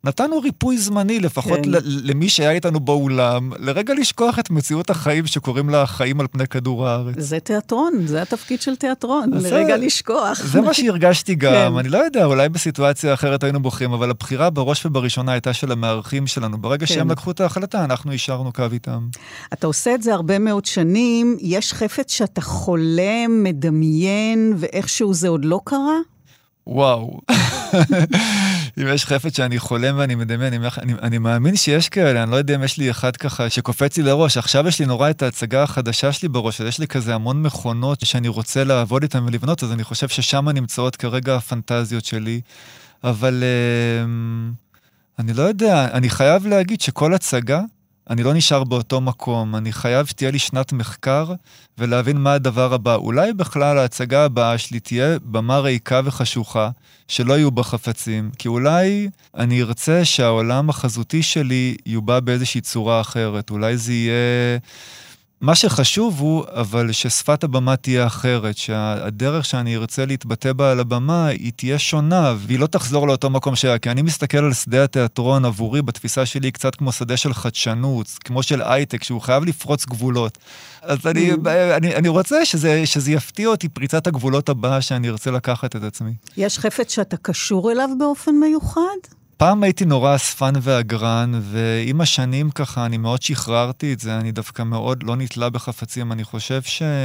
נתנו ריפוי זמני, לפחות כן. למי שהיה איתנו באולם, לרגע לשכוח את מציאות החיים שקוראים לה חיים על פני כדור הארץ. זה תיאטרון, זה התפקיד של תיאטרון, לרגע לשכוח. זה מה שהרגשתי גם, אני לא יודע, אולי בסיטואציה אחרת היינו בוחרים, אבל הבחירה בראש ובראשונה הייתה של המארחים שלנו. ברגע שהם לקחו את ההחלטה, אנחנו אישרנו קו איתם. אתה עושה את זה הרבה מאוד שנים, יש חפץ שאתה חולם, מדמיין, ואיכשהו זה עוד לא קרה? וואו. אם יש חפץ שאני חולם ואני מדמיין, אני, אני, אני מאמין שיש כאלה, אני לא יודע אם יש לי אחד ככה שקופץ לי לראש. עכשיו יש לי נורא את ההצגה החדשה שלי בראש, אז יש לי כזה המון מכונות שאני רוצה לעבוד איתן ולבנות, אז אני חושב ששם נמצאות כרגע הפנטזיות שלי. אבל אני לא יודע, אני חייב להגיד שכל הצגה, אני לא נשאר באותו מקום, אני חייב שתהיה לי שנת מחקר ולהבין מה הדבר הבא. אולי בכלל ההצגה הבאה שלי תהיה במה ריקה וחשוכה, שלא יהיו בה חפצים, כי אולי אני ארצה שהעולם החזותי שלי יובא באיזושהי צורה אחרת. אולי זה יהיה... מה שחשוב הוא, אבל ששפת הבמה תהיה אחרת, שהדרך שאני ארצה להתבטא בה על הבמה, היא תהיה שונה, והיא לא תחזור לאותו מקום שהיה, כי אני מסתכל על שדה התיאטרון עבורי, בתפיסה שלי קצת כמו שדה של חדשנות, כמו של הייטק, שהוא חייב לפרוץ גבולות. אז אני, אני, אני רוצה שזה, שזה יפתיע אותי פריצת הגבולות הבאה שאני ארצה לקחת את עצמי. יש חפץ שאתה קשור אליו באופן מיוחד? פעם הייתי נורא אספן ואגרן, ועם השנים ככה אני מאוד שחררתי את זה, אני דווקא מאוד לא נתלה בחפצים, אני חושב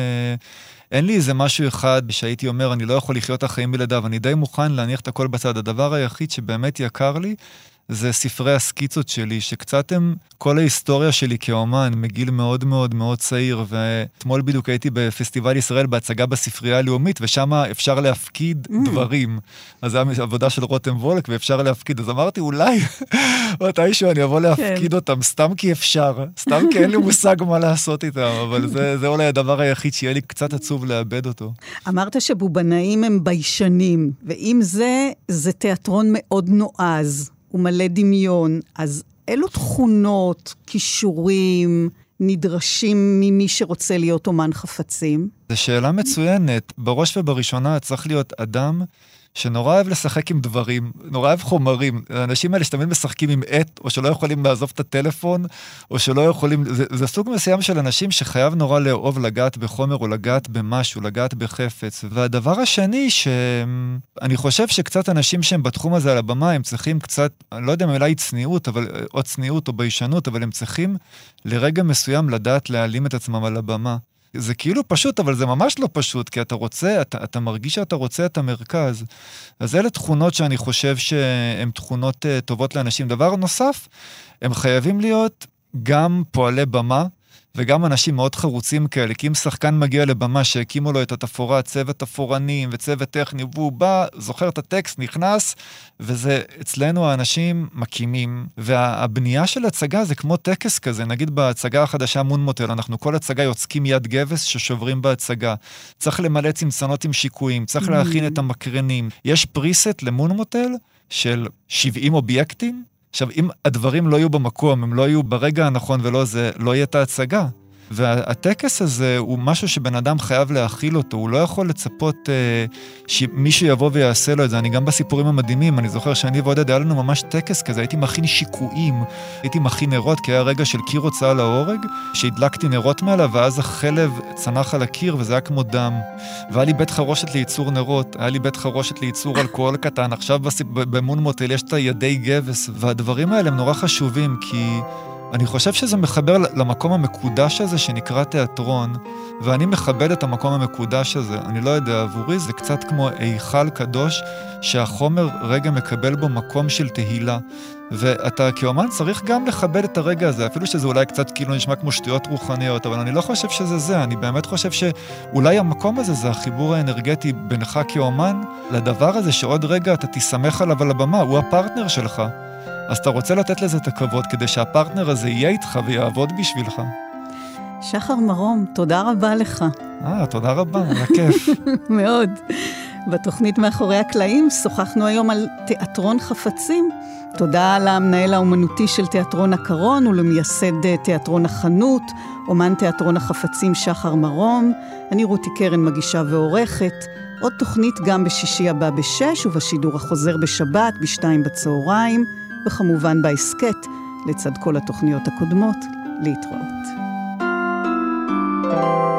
שאין לי איזה משהו אחד שהייתי אומר, אני לא יכול לחיות החיים בלעדיו, אני די מוכן להניח את הכל בצד. הדבר היחיד שבאמת יקר לי, זה ספרי הסקיצות שלי, שקצת הם כל ההיסטוריה שלי כאומן, מגיל מאוד מאוד מאוד צעיר, ואתמול בדיוק הייתי בפסטיבל ישראל בהצגה בספרייה הלאומית, ושם אפשר להפקיד mm. דברים. אז זה עבודה של רותם וולק, ואפשר להפקיד. אז אמרתי, אולי מתישהו אני אבוא להפקיד כן. אותם, סתם כי אפשר, סתם כי אין לי מושג מה לעשות איתם, אבל זה, זה אולי הדבר היחיד שיהיה לי קצת עצוב לאבד אותו. אמרת שבובנאים הם ביישנים, ואם זה, זה תיאטרון מאוד נועז. ומלא דמיון, אז אילו תכונות, כישורים, נדרשים ממי שרוצה להיות אומן חפצים? זו שאלה מצוינת. בראש ובראשונה צריך להיות אדם שנורא אוהב לשחק עם דברים, נורא אוהב חומרים. האנשים האלה שתמיד משחקים עם עט, או שלא יכולים לעזוב את הטלפון, או שלא יכולים... זה, זה סוג מסוים של אנשים שחייב נורא לאהוב לגעת בחומר, או לגעת במשהו, לגעת בחפץ. והדבר השני, שאני חושב שקצת אנשים שהם בתחום הזה על הבמה, הם צריכים קצת, אני לא יודע אם אולי צניעות, אבל, או צניעות או ביישנות, אבל הם צריכים לרגע מסוים לדעת להעלים את עצמם על הבמה. זה כאילו פשוט, אבל זה ממש לא פשוט, כי אתה רוצה, אתה, אתה מרגיש שאתה רוצה את המרכז. אז אלה תכונות שאני חושב שהן תכונות uh, טובות לאנשים. דבר נוסף, הם חייבים להיות גם פועלי במה, וגם אנשים מאוד חרוצים כאלה, כי אם שחקן מגיע לבמה שהקימו לו את התפורה, צוות תפורנים וצוות טכני, והוא בא, זוכר את הטקסט, נכנס, וזה אצלנו האנשים מקימים, והבנייה של הצגה זה כמו טקס כזה, נגיד בהצגה החדשה מון מוטל, אנחנו כל הצגה יוצקים יד גבס ששוברים בהצגה, צריך למלא צמצנות עם שיקויים, צריך להכין את המקרנים, יש פריסט למון מוטל של שבעים אובייקטים, עכשיו, אם הדברים לא יהיו במקום, הם לא יהיו ברגע הנכון ולא זה, לא יהיה את ההצגה. והטקס הזה הוא משהו שבן אדם חייב להכיל אותו, הוא לא יכול לצפות אה, שמישהו יבוא ויעשה לו את זה. אני גם בסיפורים המדהימים, אני זוכר שאני ועודד, היה לנו ממש טקס כזה, הייתי מכין שיקויים, הייתי מכין נרות, כי היה רגע של קיר הוצאה להורג, שהדלקתי נרות מעלה, ואז החלב צנח על הקיר, וזה היה כמו דם. והיה לי בית חרושת לייצור נרות, היה לי בית חרושת לייצור אלכוהול קטן, עכשיו במון מוטל יש את הידי גבס, והדברים האלה הם נורא חשובים, כי אני חושב שזה מחבר למקום המקודש הזה שנקרא תיאטרון, ואני מכבד את המקום המקודש הזה. אני לא יודע, עבורי זה קצת כמו היכל קדוש, שהחומר רגע מקבל בו מקום של תהילה. ואתה כאומן צריך גם לכבד את הרגע הזה, אפילו שזה אולי קצת כאילו נשמע כמו שטויות רוחניות, אבל אני לא חושב שזה זה, אני באמת חושב שאולי המקום הזה זה החיבור האנרגטי בינך כאומן, לדבר הזה שעוד רגע אתה תשמח עליו על הבמה, הוא הפרטנר שלך. אז אתה רוצה לתת לזה את הכבוד, כדי שהפרטנר הזה יהיה איתך ויעבוד בשבילך. שחר מרום, תודה רבה לך. אה, תודה רבה, היה כיף. מאוד. בתוכנית מאחורי הקלעים שוחחנו היום על תיאטרון חפצים. תודה למנהל האומנותי של תיאטרון הקרון ולמייסד תיאטרון החנות, אומן תיאטרון החפצים שחר מרום. אני רותי קרן מגישה ועורכת. עוד תוכנית גם בשישי הבא בשש ובשידור החוזר בשבת בשתיים בצהריים. וכמובן בעסקת, לצד כל התוכניות הקודמות, להתראות.